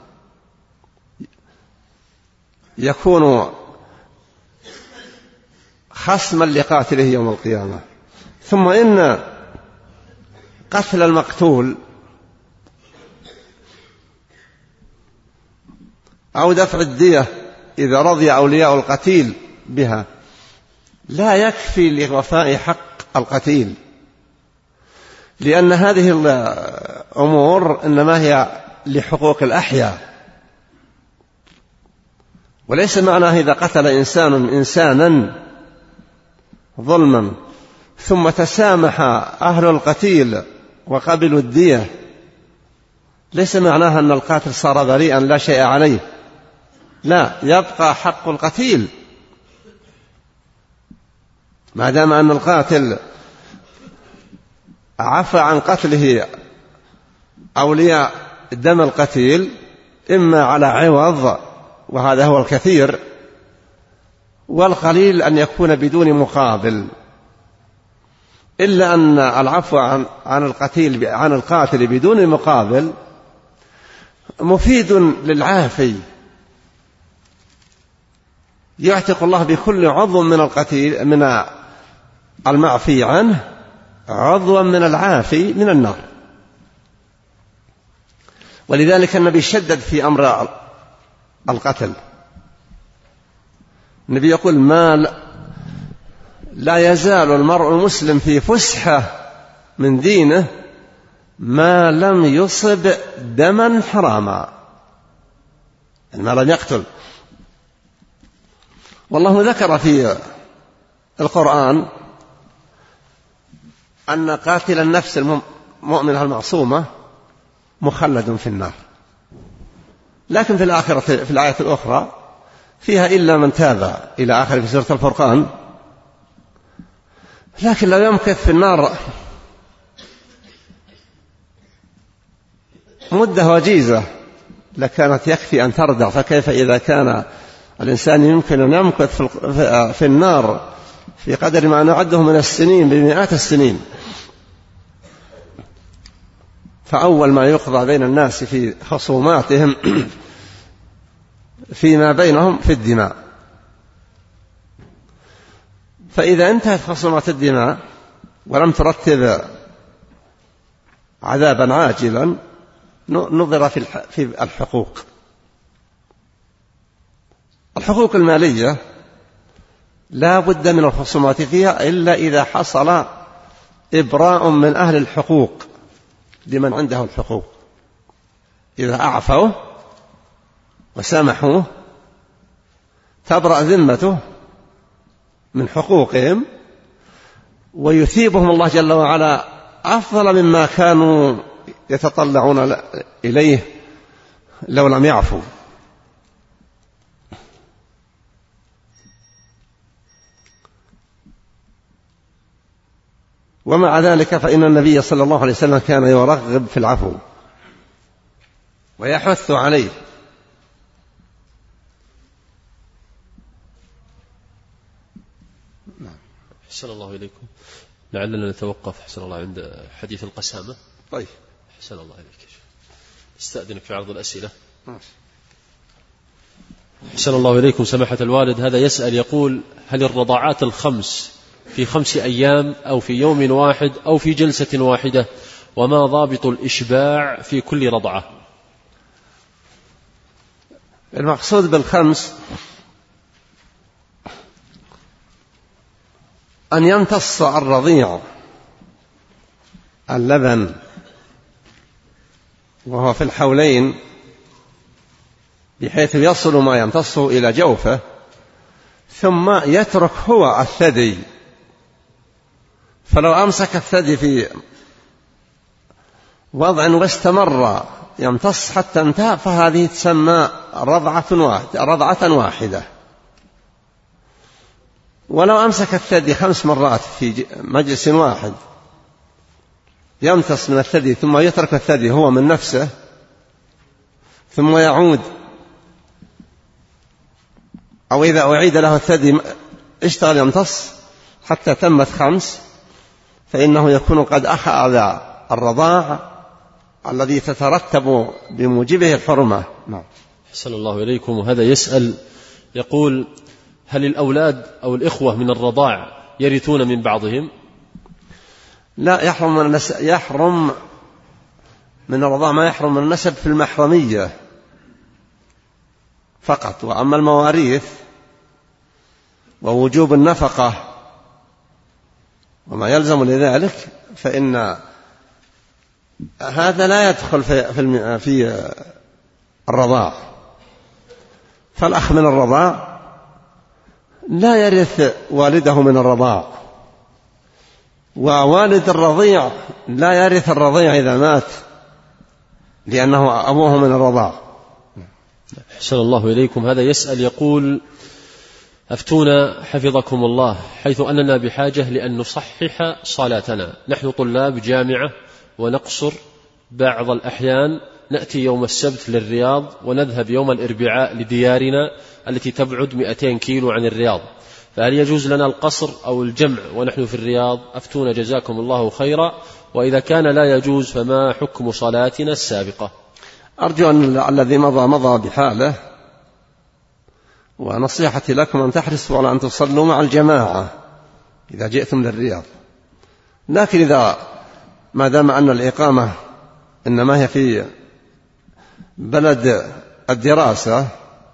يكون خصما لقاتله يوم القيامة. ثم إن قتل المقتول أو دفع الدية إذا رضي أولياء القتيل بها لا يكفي لوفاء حق القتيل، لأن هذه الأمور إنما هي لحقوق الأحياء، وليس معناه إذا قتل إنسان إنسانا ظلما ثم تسامح أهل القتيل وقبلوا الدية ليس معناها أن القاتل صار بريئا لا شيء عليه، لا، يبقى حق القتيل ما دام أن القاتل عفى عن قتله أولياء دم القتيل إما على عوض وهذا هو الكثير، والقليل أن يكون بدون مقابل، إلا أن العفو عن عن القتيل عن القاتل بدون مقابل مفيد للعافي، يعتق الله بكل عضو من القتيل من المعفي عنه عضوا من العافي من النار. ولذلك النبي شدد في أمر القتل. النبي يقول ما لا يزال المرء المسلم في فسحة من دينه ما لم يصب دما حراما، ما لم يقتل. والله ذكر في القرآن أن قاتل النفس المؤمنة المعصومة مخلد في النار، لكن في الآخرة في الآية الأخرى فيها إلا من تاب إلى آخر في سورة الفرقان. لكن لو يمكث في النار مدة وجيزة لكانت يكفي أن تردع، فكيف إذا كان الإنسان يمكن أن يمكث في النار في قدر ما نعده من السنين بمئات السنين. فأول ما يقضى بين الناس في خصوماتهم فيما بينهم في الدماء. فإذا انتهت خصومات الدماء ولم ترتب عذابا عاجلا نظر في الحقوق. الحقوق المالية لا بد من الخصومات فيها إلا إذا حصل إبراء من أهل الحقوق لمن عنده الحقوق، إذا أعفوا وسامحوه تبرأ ذمته من حقوقهم ويثيبهم الله جل وعلا أفضل مما كانوا يتطلعون إليه لو لم يعفوا. ومع ذلك فإن النبي صلى الله عليه وسلم كان يرغب في العفو ويحث عليه. أحسن الله إليكم. لعلنا نتوقف حسن الله عند حديث القسامة. طيب حسن الله عليك، استأذنك في عرض الأسئلة. ماشي. حسن الله إليكم سماحة الوالد، هذا يسأل يقول: هل الرضاعات الخمس في خمس أيام أو في يوم واحد أو في جلسة واحدة؟ وما ضابط الإشباع في كل رضعة؟ المقصود بالخمس أن يمتص الرضيع اللبن وهو في الحولين بحيث يصل ما يمتصه إلى جوفه، ثم يترك هو الثدي. فلو أمسك الثدي في وضع واستمر يمتص حتى انتهى فهذه تسمى رضعة واحدة رضعة واحدة. ولو أمسك الثدي خمس مرات في مجلس واحد يمتص من الثدي ثم يترك الثدي هو من نفسه ثم يعود، أو إذا أعيد له الثدي اشتغل يمتص حتى تمت خمس، فإنه يكون قد أخذ الرضاع الذي تترتب بموجبه الحرمة. نعم. أحسن الله إليكم. وهذا يسأل يقول: هل الأولاد أو الإخوة من الرضاع يرثون من بعضهم؟ لا، يحرم من النسب، يحرم من الرضاع ما يحرم من النسب في المحرمية فقط، وأما المواريث ووجوب النفقة وما يلزم لذلك فإن هذا لا يدخل في في الرضاع. فالأخ من الرضاع لا يرث والده من الرضاع، ووالد الرضيع لا يرث الرضيع إذا مات لأنه أبوه من الرضاع. أحسن الله إليكم. هذا يسأل يقول: أفتونا حفظكم الله، حيث أننا بحاجة لأن نصحح صلاتنا، نحن طلاب جامعة ونقصر بعض الأحيان، نأتي يوم السبت للرياض ونذهب يوم الأربعاء لديارنا التي تبعد مئتين كيلو عن الرياض، فهل يجوز لنا القصر أو الجمع ونحن في الرياض؟ أفتونا جزاكم الله خيرا، وإذا كان لا يجوز فما حكم صلاتنا السابقة؟ أرجو أن الذي مضى مضى بحاله، ونصيحتي لكم أن تحرصوا على أن تصلوا مع الجماعة إذا جئتم للرياض. لكن إذا ما دام أن الإقامة إنما هي في بلد الدراسة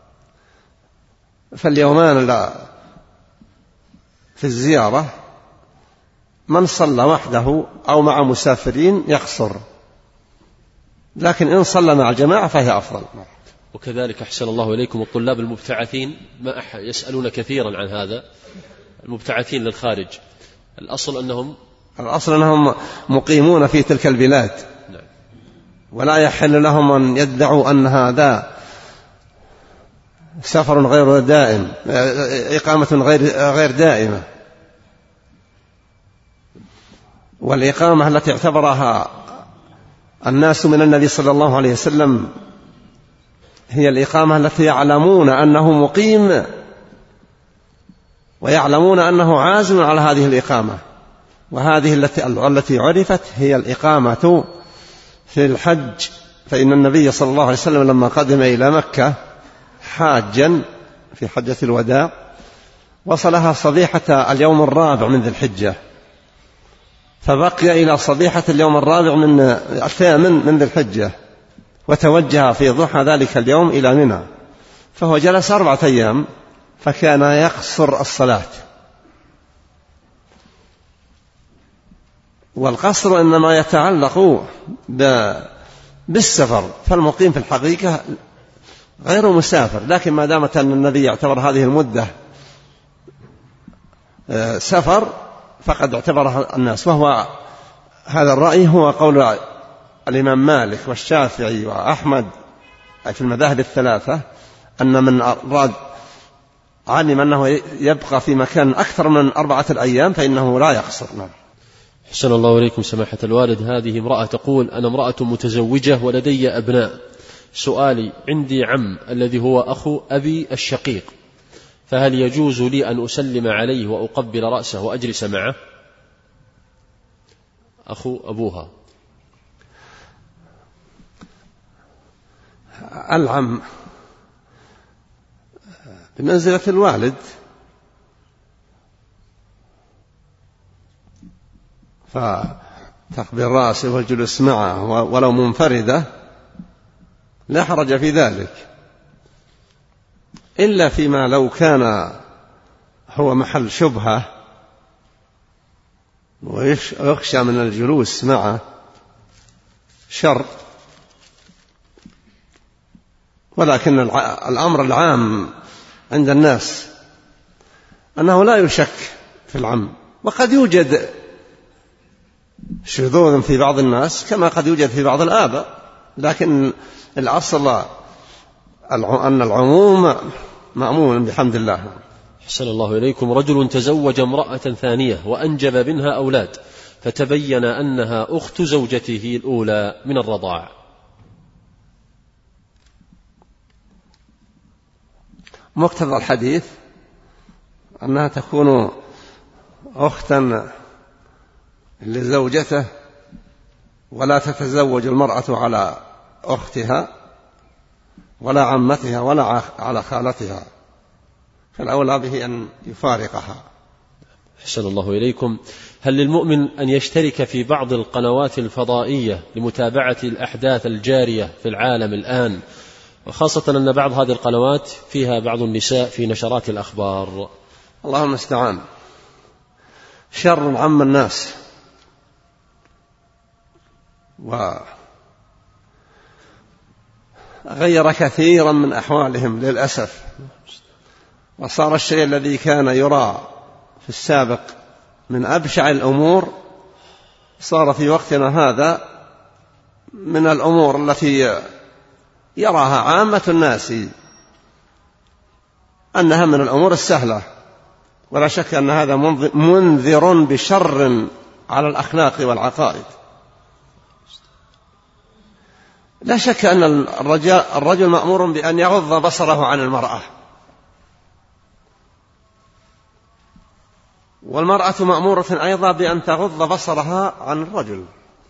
فاليومان لا في الزيارة، من صلى وحده أو مع مسافرين يقصر، لكن إن صلى مع الجماعة فهي أفضل. وكذلك أحسن الله إليكم الطلاب المبتعثين، ما أح يسألون كثيرا عن هذا، المبتعثين للخارج، الأصل أنهم الأصل أنهم مقيمون في تلك البلاد. نعم. ولا يحل لهم أن يدعوا أن هذا سفر غير دائم، إقامة غير غير دائمة. والإقامة التي اعتبرها الناس من النبي صلى الله عليه وسلم هي الإقامة التي يعلمون أنه مقيم ويعلمون أنه عازم على هذه الإقامة، وهذه التي التي عرفت هي الإقامة في الحج. فإن النبي صلى الله عليه وسلم لما قدم إلى مكة حاجا في حجة الوداع وصلها صبيحة اليوم الرابع من ذي الحجة، فبقي إلى صبيحة اليوم الرابع من الثامن من ذي الحجة، وتوجه في ضحى ذلك اليوم إلى منى، فهو جلس أربعة أيام فكان يقصر الصلاة. والقصر إنما يتعلق بالسفر، فالمقيم في الحقيقة غير مسافر، لكن ما دامت أن النبي يعتبر هذه المدة سفر فقد اعتبرها الناس. وهو هذا الرأي هو قول الإمام مالك والشافعي وأحمد في المذاهب الثلاثة، أن من أراد علم أنه يبقى في مكان أكثر من أربعة الأيام فإنه لا يقصر. نعم. حسن الله إليكم سماحة الوالد. هذه امرأة تقول: أنا امرأة متزوجة ولدي أبناء، سؤالي: عندي عم الذي هو أخو أبي الشقيق، فهل يجوز لي أن أسلم عليه وأقبل رأسه وأجلس معه؟ أخو أبوها. العم بمنزلة الوالد، فتقبل رأسه والجلوس معه ولو منفردة لا حرج في ذلك، إلا فيما لو كان هو محل شبهة ويخشى من الجلوس معه شر. ولكن الأمر العام عند الناس أنه لا يشك في العم، وقد يوجد شذوذ في بعض الناس كما قد يوجد في بعض الآباء، لكن الأصل أن العموم مأمون بحمد الله. أحسن الله إليكم. رجل تزوج امرأة ثانية وأنجب منها أولاد، فتبين أنها أخت زوجته الأولى من الرضاع، مقتضى الحديث أنها تكون أختا لزوجته، ولا تتزوج المرأة على أختها ولا عمتها ولا على خالتها، فالأولى به أن يفارقها. أحسن الله إليكم. هل للمؤمن أن يشترك في بعض القنوات الفضائية لمتابعة الأحداث الجارية في العالم الآن، وخاصة أن بعض هذه القنوات فيها بعض النساء في نشرات الأخبار؟ الله المستعان، شر عم الناس، وغير كثيرا من أحوالهم للأسف، وصار الشيء الذي كان يرى في السابق من أبشع الأمور صار في وقتنا هذا من الأمور التي يراها عامة الناس أنها من الأمور السهلة، ولا شك أن هذا منذر بشر على الأخلاق والعقائد. لا شك أن الرجل مأمور بأن يغض بصره عن المرأة، والمرأة مأمورة أيضا بأن تغض بصرها عن الرجل.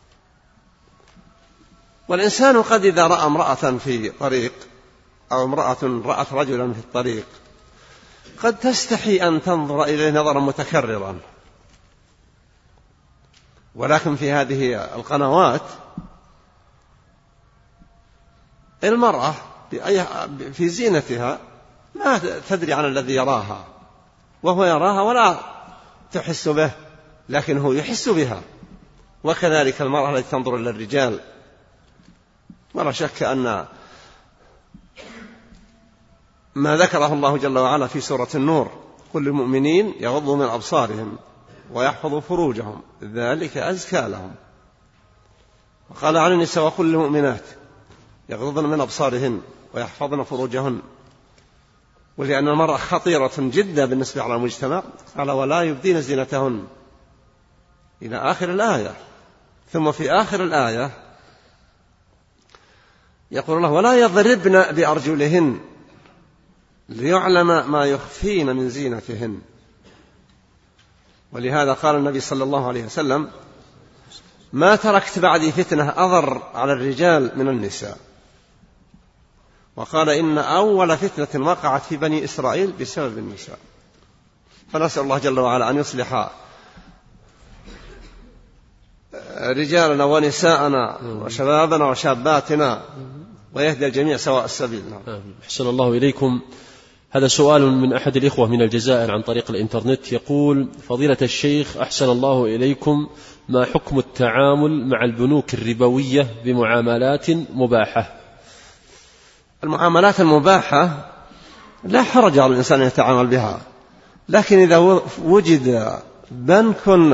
والإنسان قد إذا رأى امرأة في طريق أو امرأة رأت رجلا في الطريق قد تستحي أن تنظر إليه نظرا متكررا، ولكن في هذه القنوات المرأة في زينتها ما تدري عن الذي يراها، وهو يراها ولا تحس به، لكن هو يحس بها. وكذلك المرأة التي تنظر إلى الرجال، ولا شك أن ما ذكره الله جل وعلا في سورة النور: كل المؤمنين يغضوا من أبصارهم ويحفظوا فروجهم ذلك أزكى لهم. وقال عن النساء: وكل المؤمنات يغضضن من أبصارهن ويحفظن فروجهن. ولأن المرأة خطيرة جدا بالنسبة على المجتمع قال: ولا يبدين زينتهن، إلى آخر الآية. ثم في آخر الآية يقول الله: ولا يضربن بأرجلهن ليعلم ما يخفين من زينتهن. ولهذا قال النبي صلى الله عليه وسلم: ما تركت بعدي فتنة أضر على الرجال من النساء. وقال: إن أول فتنة وقعت في بني إسرائيل بسبب النساء. فنسأل الله جل وعلا أن يصلح رجالنا ونساءنا وشبابنا وشاباتنا ويهدي الجميع سواء السبيل. أحسن الله إليكم. هذا سؤال من أحد الإخوة من الجزائر عن طريق الإنترنت، يقول: فضيلة الشيخ أحسن الله إليكم، ما حكم التعامل مع البنوك الربوية بمعاملات مباحة؟ المعاملات المباحة لا حرج على الإنسان أن يتعامل بها، لكن إذا وجد بنك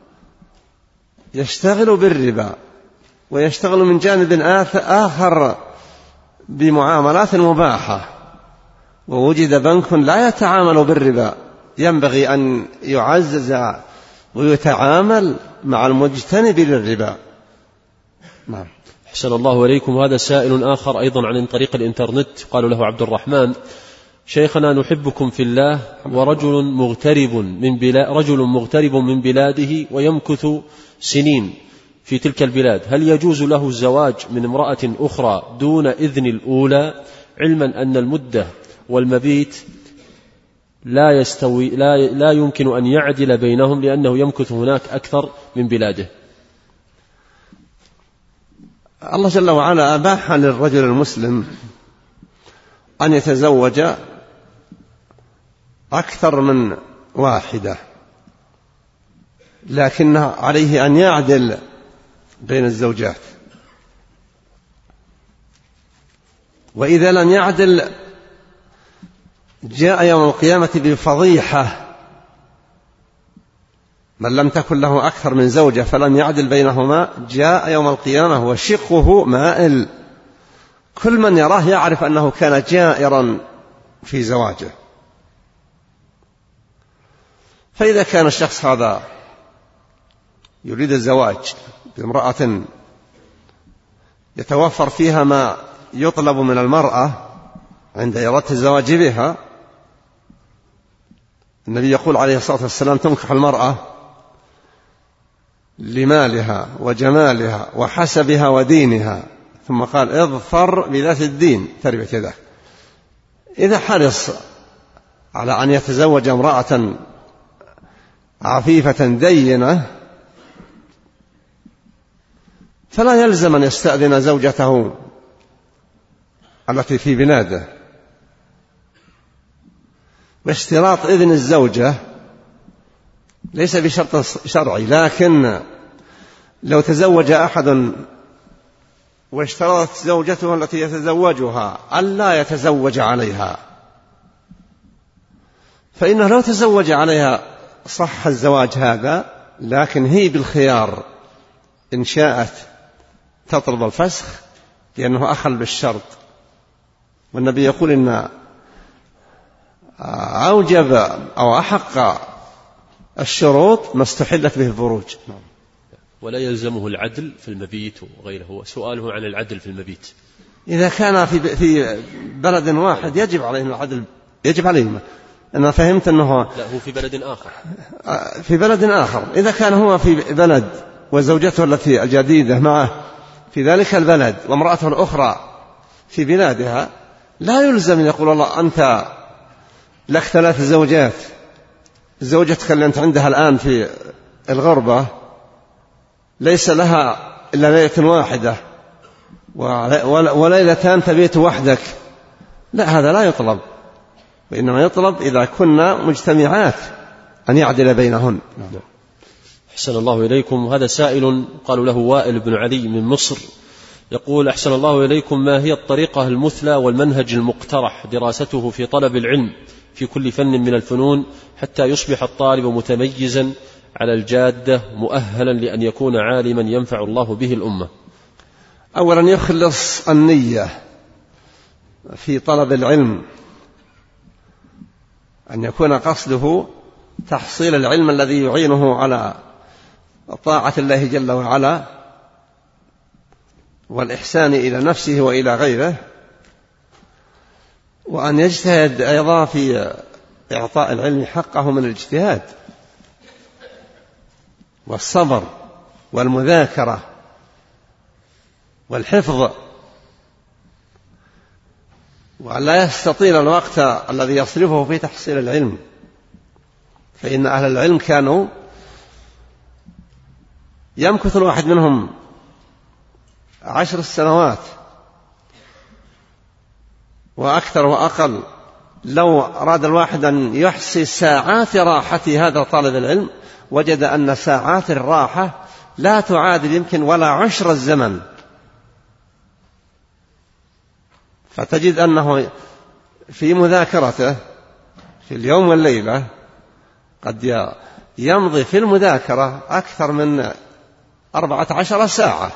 يشتغل بالربا ويشتغل من جانب آخر بمعاملات مباحة، ووجد بنك لا يتعامل بالربا، ينبغي أن يعزز ويتعامل مع المجتنب للربا. نعم. أحسن الله إليكم. هذا سائل آخر أيضا عن طريق الإنترنت، قالوا له عبد الرحمن: شيخنا نحبكم في الله، ورجل مغترب من بلاد رجل مغترب من بلاده ويمكث سنين في تلك البلاد، هل يجوز له الزواج من امرأة أخرى دون إذن الأولى، علما أن المدة والمبيت لا يستوي لا, لا يمكن أن يعدل بينهم لأنه يمكث هناك أكثر من بلاده؟ الله جل وعلا أباح للرجل المسلم أن يتزوج أكثر من واحدة، لكن عليه أن يعدل بين الزوجات، وإذا لم يعدل جاء يوم القيامة بفضيحة. من لم تكن له أكثر من زوجة فلم يعدل بينهما جاء يوم القيامة وشقه مائل. كل من يراه يعرف أنه كان جائرا في زواجه. فإذا كان الشخص هذا يريد الزواج بامرأة يتوفر فيها ما يطلب من المرأة عند إرادة الزواج بها، النبي يقول عليه الصلاة والسلام: تنكح المرأة لمالها وجمالها وحسبها ودينها، ثم قال: اظفر بذات الدين تربت يدك. إذا حرص على أن يتزوج امرأة عفيفة دينة فلا يلزم أن يستأذن زوجته التي في بلاده. واشتراط إذن الزوجة ليس بشرط شرعي، لكن لو تزوج أحد واشترطت زوجته التي يتزوجها ألا يتزوج عليها، فإنه لو تزوج عليها صح الزواج هذا، لكن هي بالخيار إن شاءت تطلب الفسخ لأنه أخل بالشرط. والنبي يقول إن أوجب أو أحق الشروط ما استحلت به الفروج. ولا يلزمه العدل في المبيت وغيره. سؤاله عن العدل في المبيت: إذا كان في في بلد واحد يجب عليه العدل، يجب عليه. أنا فهمت أنه لا، هو في بلد آخر. في بلد آخر. إذا كان هو في بلد وزوجته التي الجديدة معه في ذلك البلد وامرأته الأخرى في بلادها، لا يلزم يقول: الله أنت لك ثلاث زوجات، زوجتك اللي أنت عندها الآن في الغربة ليس لها إلا ليلة واحدة وليلتان تبيت وحدك. لا، هذا لا يطلب، وإنما يطلب إذا كنا مجتمعات أن يعدل بينهن. أحسن الله إليكم. هذا سائل قالوا له وائل بن علي من مصر، يقول: أحسن الله إليكم، ما هي الطريقة المثلى والمنهج المقترح دراسته في طلب العلم في كل فن من الفنون حتى يصبح الطالب متميزا على الجادة مؤهلا لأن يكون عالما ينفع الله به الأمة؟ أولا يخلص النية في طلب العلم، أن يكون قصده تحصيل العلم الذي يعينه على طاعة الله جل وعلا والإحسان إلى نفسه وإلى غيره، وأن يجتهد أيضا في إعطاء العلم حقه من الاجتهاد والصبر والمذاكرة والحفظ، وأن لا يستطيل الوقت الذي يصرفه في تحصيل العلم. فإن أهل العلم كانوا يمكث الواحد منهم عشر سنوات وأكثر وأقل. لو أراد الواحد أن يحصي ساعات راحة هذا طالب العلم وجد أن ساعات الراحة لا تعادل يمكن ولا عشر الزمن. فتجد أنه في مذاكرته في اليوم والليلة قد يمضي في المذاكرة أكثر من أربعة عشر ساعة،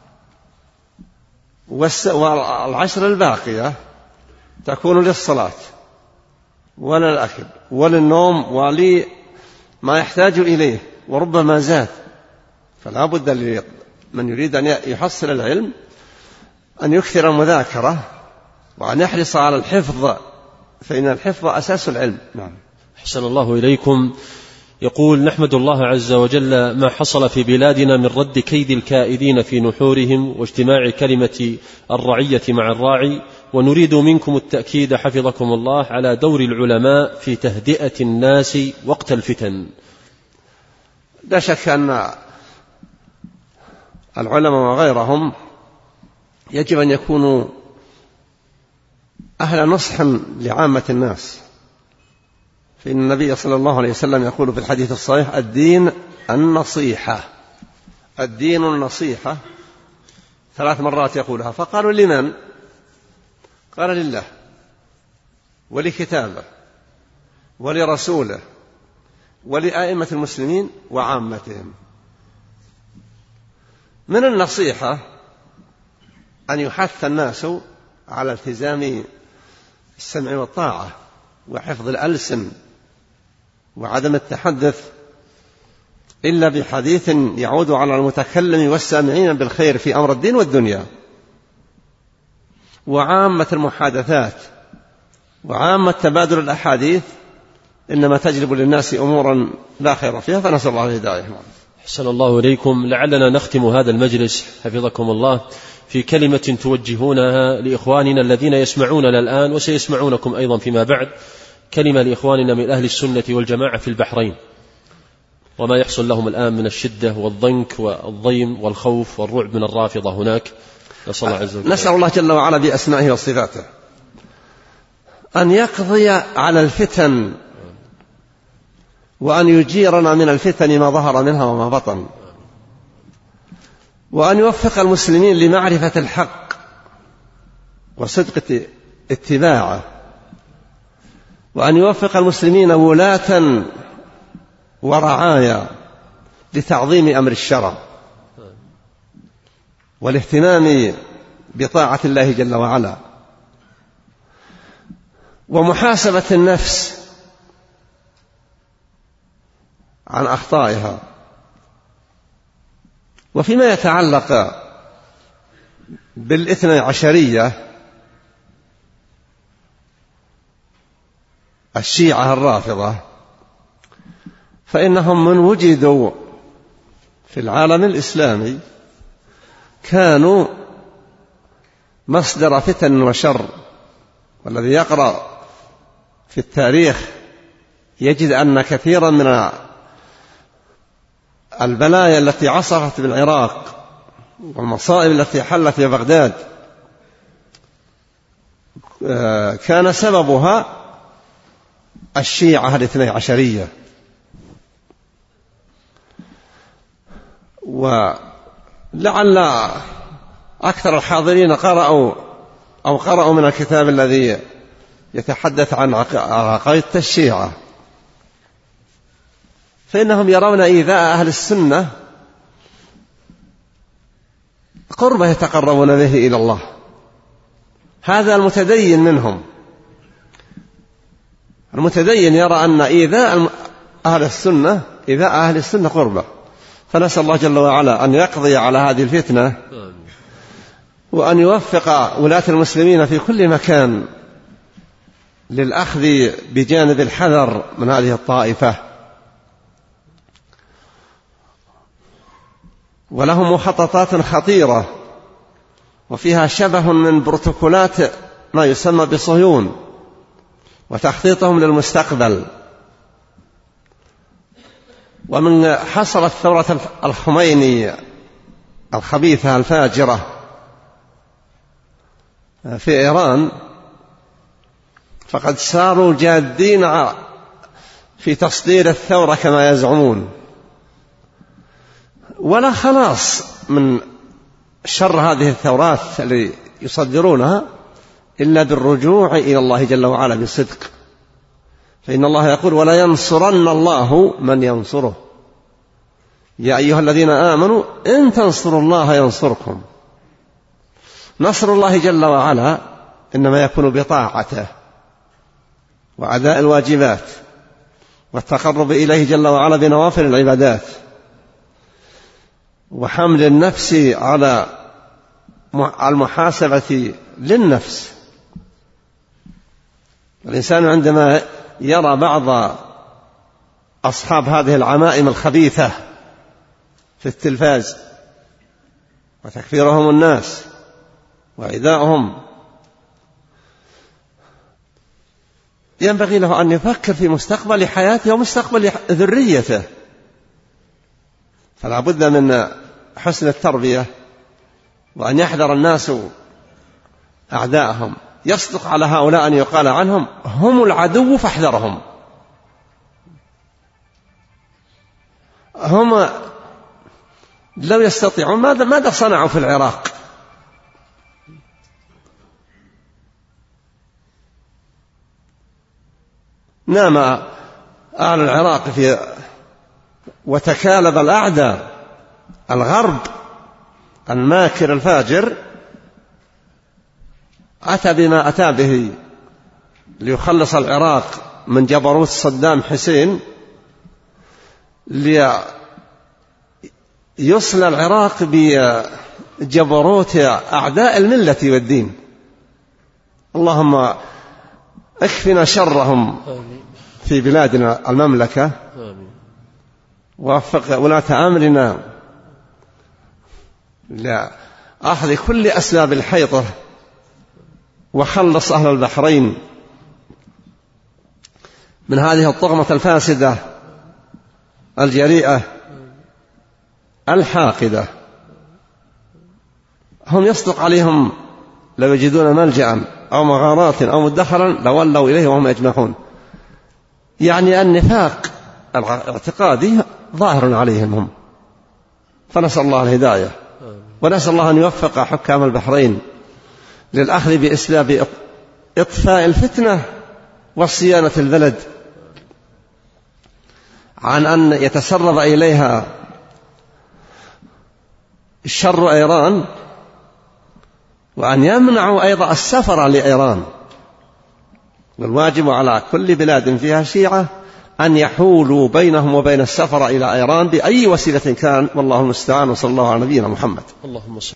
والعشر الباقية تكون للصلاة وللأكل وللنوم ولما يحتاج إليه وربما زاد. فلا بد من يريد أن يحصل العلم أن يكثر المذاكرة وأن يحرص على الحفظ فإن الحفظ أساس العلم. نعم. أحسن الله إليكم. يقول: نحمد الله عز وجل ما حصل في بلادنا من رد كيد الكائدين في نحورهم واجتماع كلمة الرعية مع الراعي، ونريد منكم التأكيد حفظكم الله على دور العلماء في تهدئة الناس وقت الفتن. لا شك أن العلماء وغيرهم يجب أن يكونوا أهل نصح لعامة الناس، فإن النبي صلى الله عليه وسلم يقول في الحديث الصحيح: الدين النصيحة، الدين النصيحة، ثلاث مرات يقولها. فقالوا: لمن؟ قال: لله ولكتابه ولرسوله ولأئمة المسلمين وعامتهم. من النصيحة أن يحث الناس على التزام السمع والطاعة وحفظ الألسن وعدم التحدث إلا بحديث يعود على المتكلم والسامعين بالخير في أمر الدين والدنيا. وعامة المحادثات وعامة تبادل الأحاديث إنما تجلب للناس أمورا لا خير فيها، فنسأل الله الهداية. أحسن الله إليكم. لعلنا نختم هذا المجلس حفظكم الله في كلمة توجهونها لإخواننا الذين يسمعوننا الآن وسيسمعونكم أيضا فيما بعد، كلمة لإخواننا من أهل السنة والجماعة في البحرين وما يحصل لهم الآن من الشدة والضنك والضيم والخوف والرعب من الرافضة هناك. نسأل الله عز وجل نسأل الله جل وعلا بأسمائه وصفاته أن يقضي على الفتن وأن يجيرنا من الفتن ما ظهر منها وما بطن، وأن يوفق المسلمين لمعرفة الحق وصدق اتباعه، وأن يوفق المسلمين ولاة ورعايا لتعظيم أمر الشرع والاهتمام بطاعة الله جل وعلا ومحاسبة النفس عن أخطائها. وفيما يتعلق بالاثنى عشرية الشيعة الرافضة، فإنهم من وجدوا في العالم الإسلامي كانوا مصدر فتن وشر، والذي يقرأ في التاريخ يجد أن كثيرا من البلايا التي عصفت بالعراق والمصائب التي حلت في بغداد كان سببها الشيعة الاثني عشرية. ولعل أكثر الحاضرين قرأوا أو قرأوا من الكتاب الذي يتحدث عن عقائد الشيعة، فإنهم يرون إيذاء أهل السنة قربة يتقربون به إلى الله. هذا المتدين منهم، المتدين يرى أن إيذاء أهل السنة إيذاء أهل السنة قربة. فنسأل الله جل وعلا أن يقضي على هذه الفتنة وأن يوفق ولاة المسلمين في كل مكان للأخذ بجانب الحذر من هذه الطائفة. ولهم مخططات خطيرة وفيها شبه من بروتوكولات ما يسمى بصهيون وتخطيطهم للمستقبل. ومن حصلت ثورة الخميني الخبيثة الفاجرة في إيران فقد صاروا جادين في تصدير الثورة كما يزعمون، ولا خلاص من شر هذه الثورات اللي يصدرونها إلا بالرجوع إلى الله جل وعلا بصدق، فإن الله يقول: ولا ينصرن الله من ينصره. يا أيها الذين آمنوا إن تنصروا الله ينصركم. نصر الله جل وعلا إنما يكون بطاعته وأداء الواجبات والتقرب إليه جل وعلا بنوافل العبادات وحمل النفس على المحاسبة للنفس الإنسان عندما يرى بعض أصحاب هذه العمائم الخبيثة في التلفاز وتكفيرهم الناس وعداؤهم، ينبغي له أن يفكر في مستقبل حياته ومستقبل ذريته. فلا بد من حسن التربية، وأن يحذر الناس أعداءهم. يصدق على هؤلاء أن يقال عنهم هم العدو فاحذرهم. هم لو يستطيعون ماذا ماذا صنعوا في العراق؟ نام أهل العراق في وتكالب الأعداء. الغرب الماكر الفاجر أتى بما أتى به ليخلص العراق من جبروت صدام حسين، ليصل العراق بجبروت أعداء الملة والدين. اللهم اكفنا شرهم في بلادنا المملكة، ووفق ولاة أمرنا لأخذ كل أسباب الحيطة، وخلص أهل البحرين من هذه الطغمة الفاسدة الجريئة الحاقدة. هم يصدق عليهم لو يجدون ملجأ أو مغارات أو مدخلا لولوا إليه وهم يجمعون. يعني النفاق الاعتقادي ظاهر عليهم هم. فنسأل الله الهداية، ونسأل الله أن يوفق حكام البحرين للأخذ بأسباب إطفاء الفتنة وصيانة البلد عن أن يتسرب إليها شر إيران، وأن يمنعوا أيضا السفر لإيران. والواجب على كل بلاد فيها شيعة أن يحولوا بينهم وبين السفر إلى إيران بأي وسيلة كان، والله المستعان، وصلى الله على نبينا محمد. اللهم صل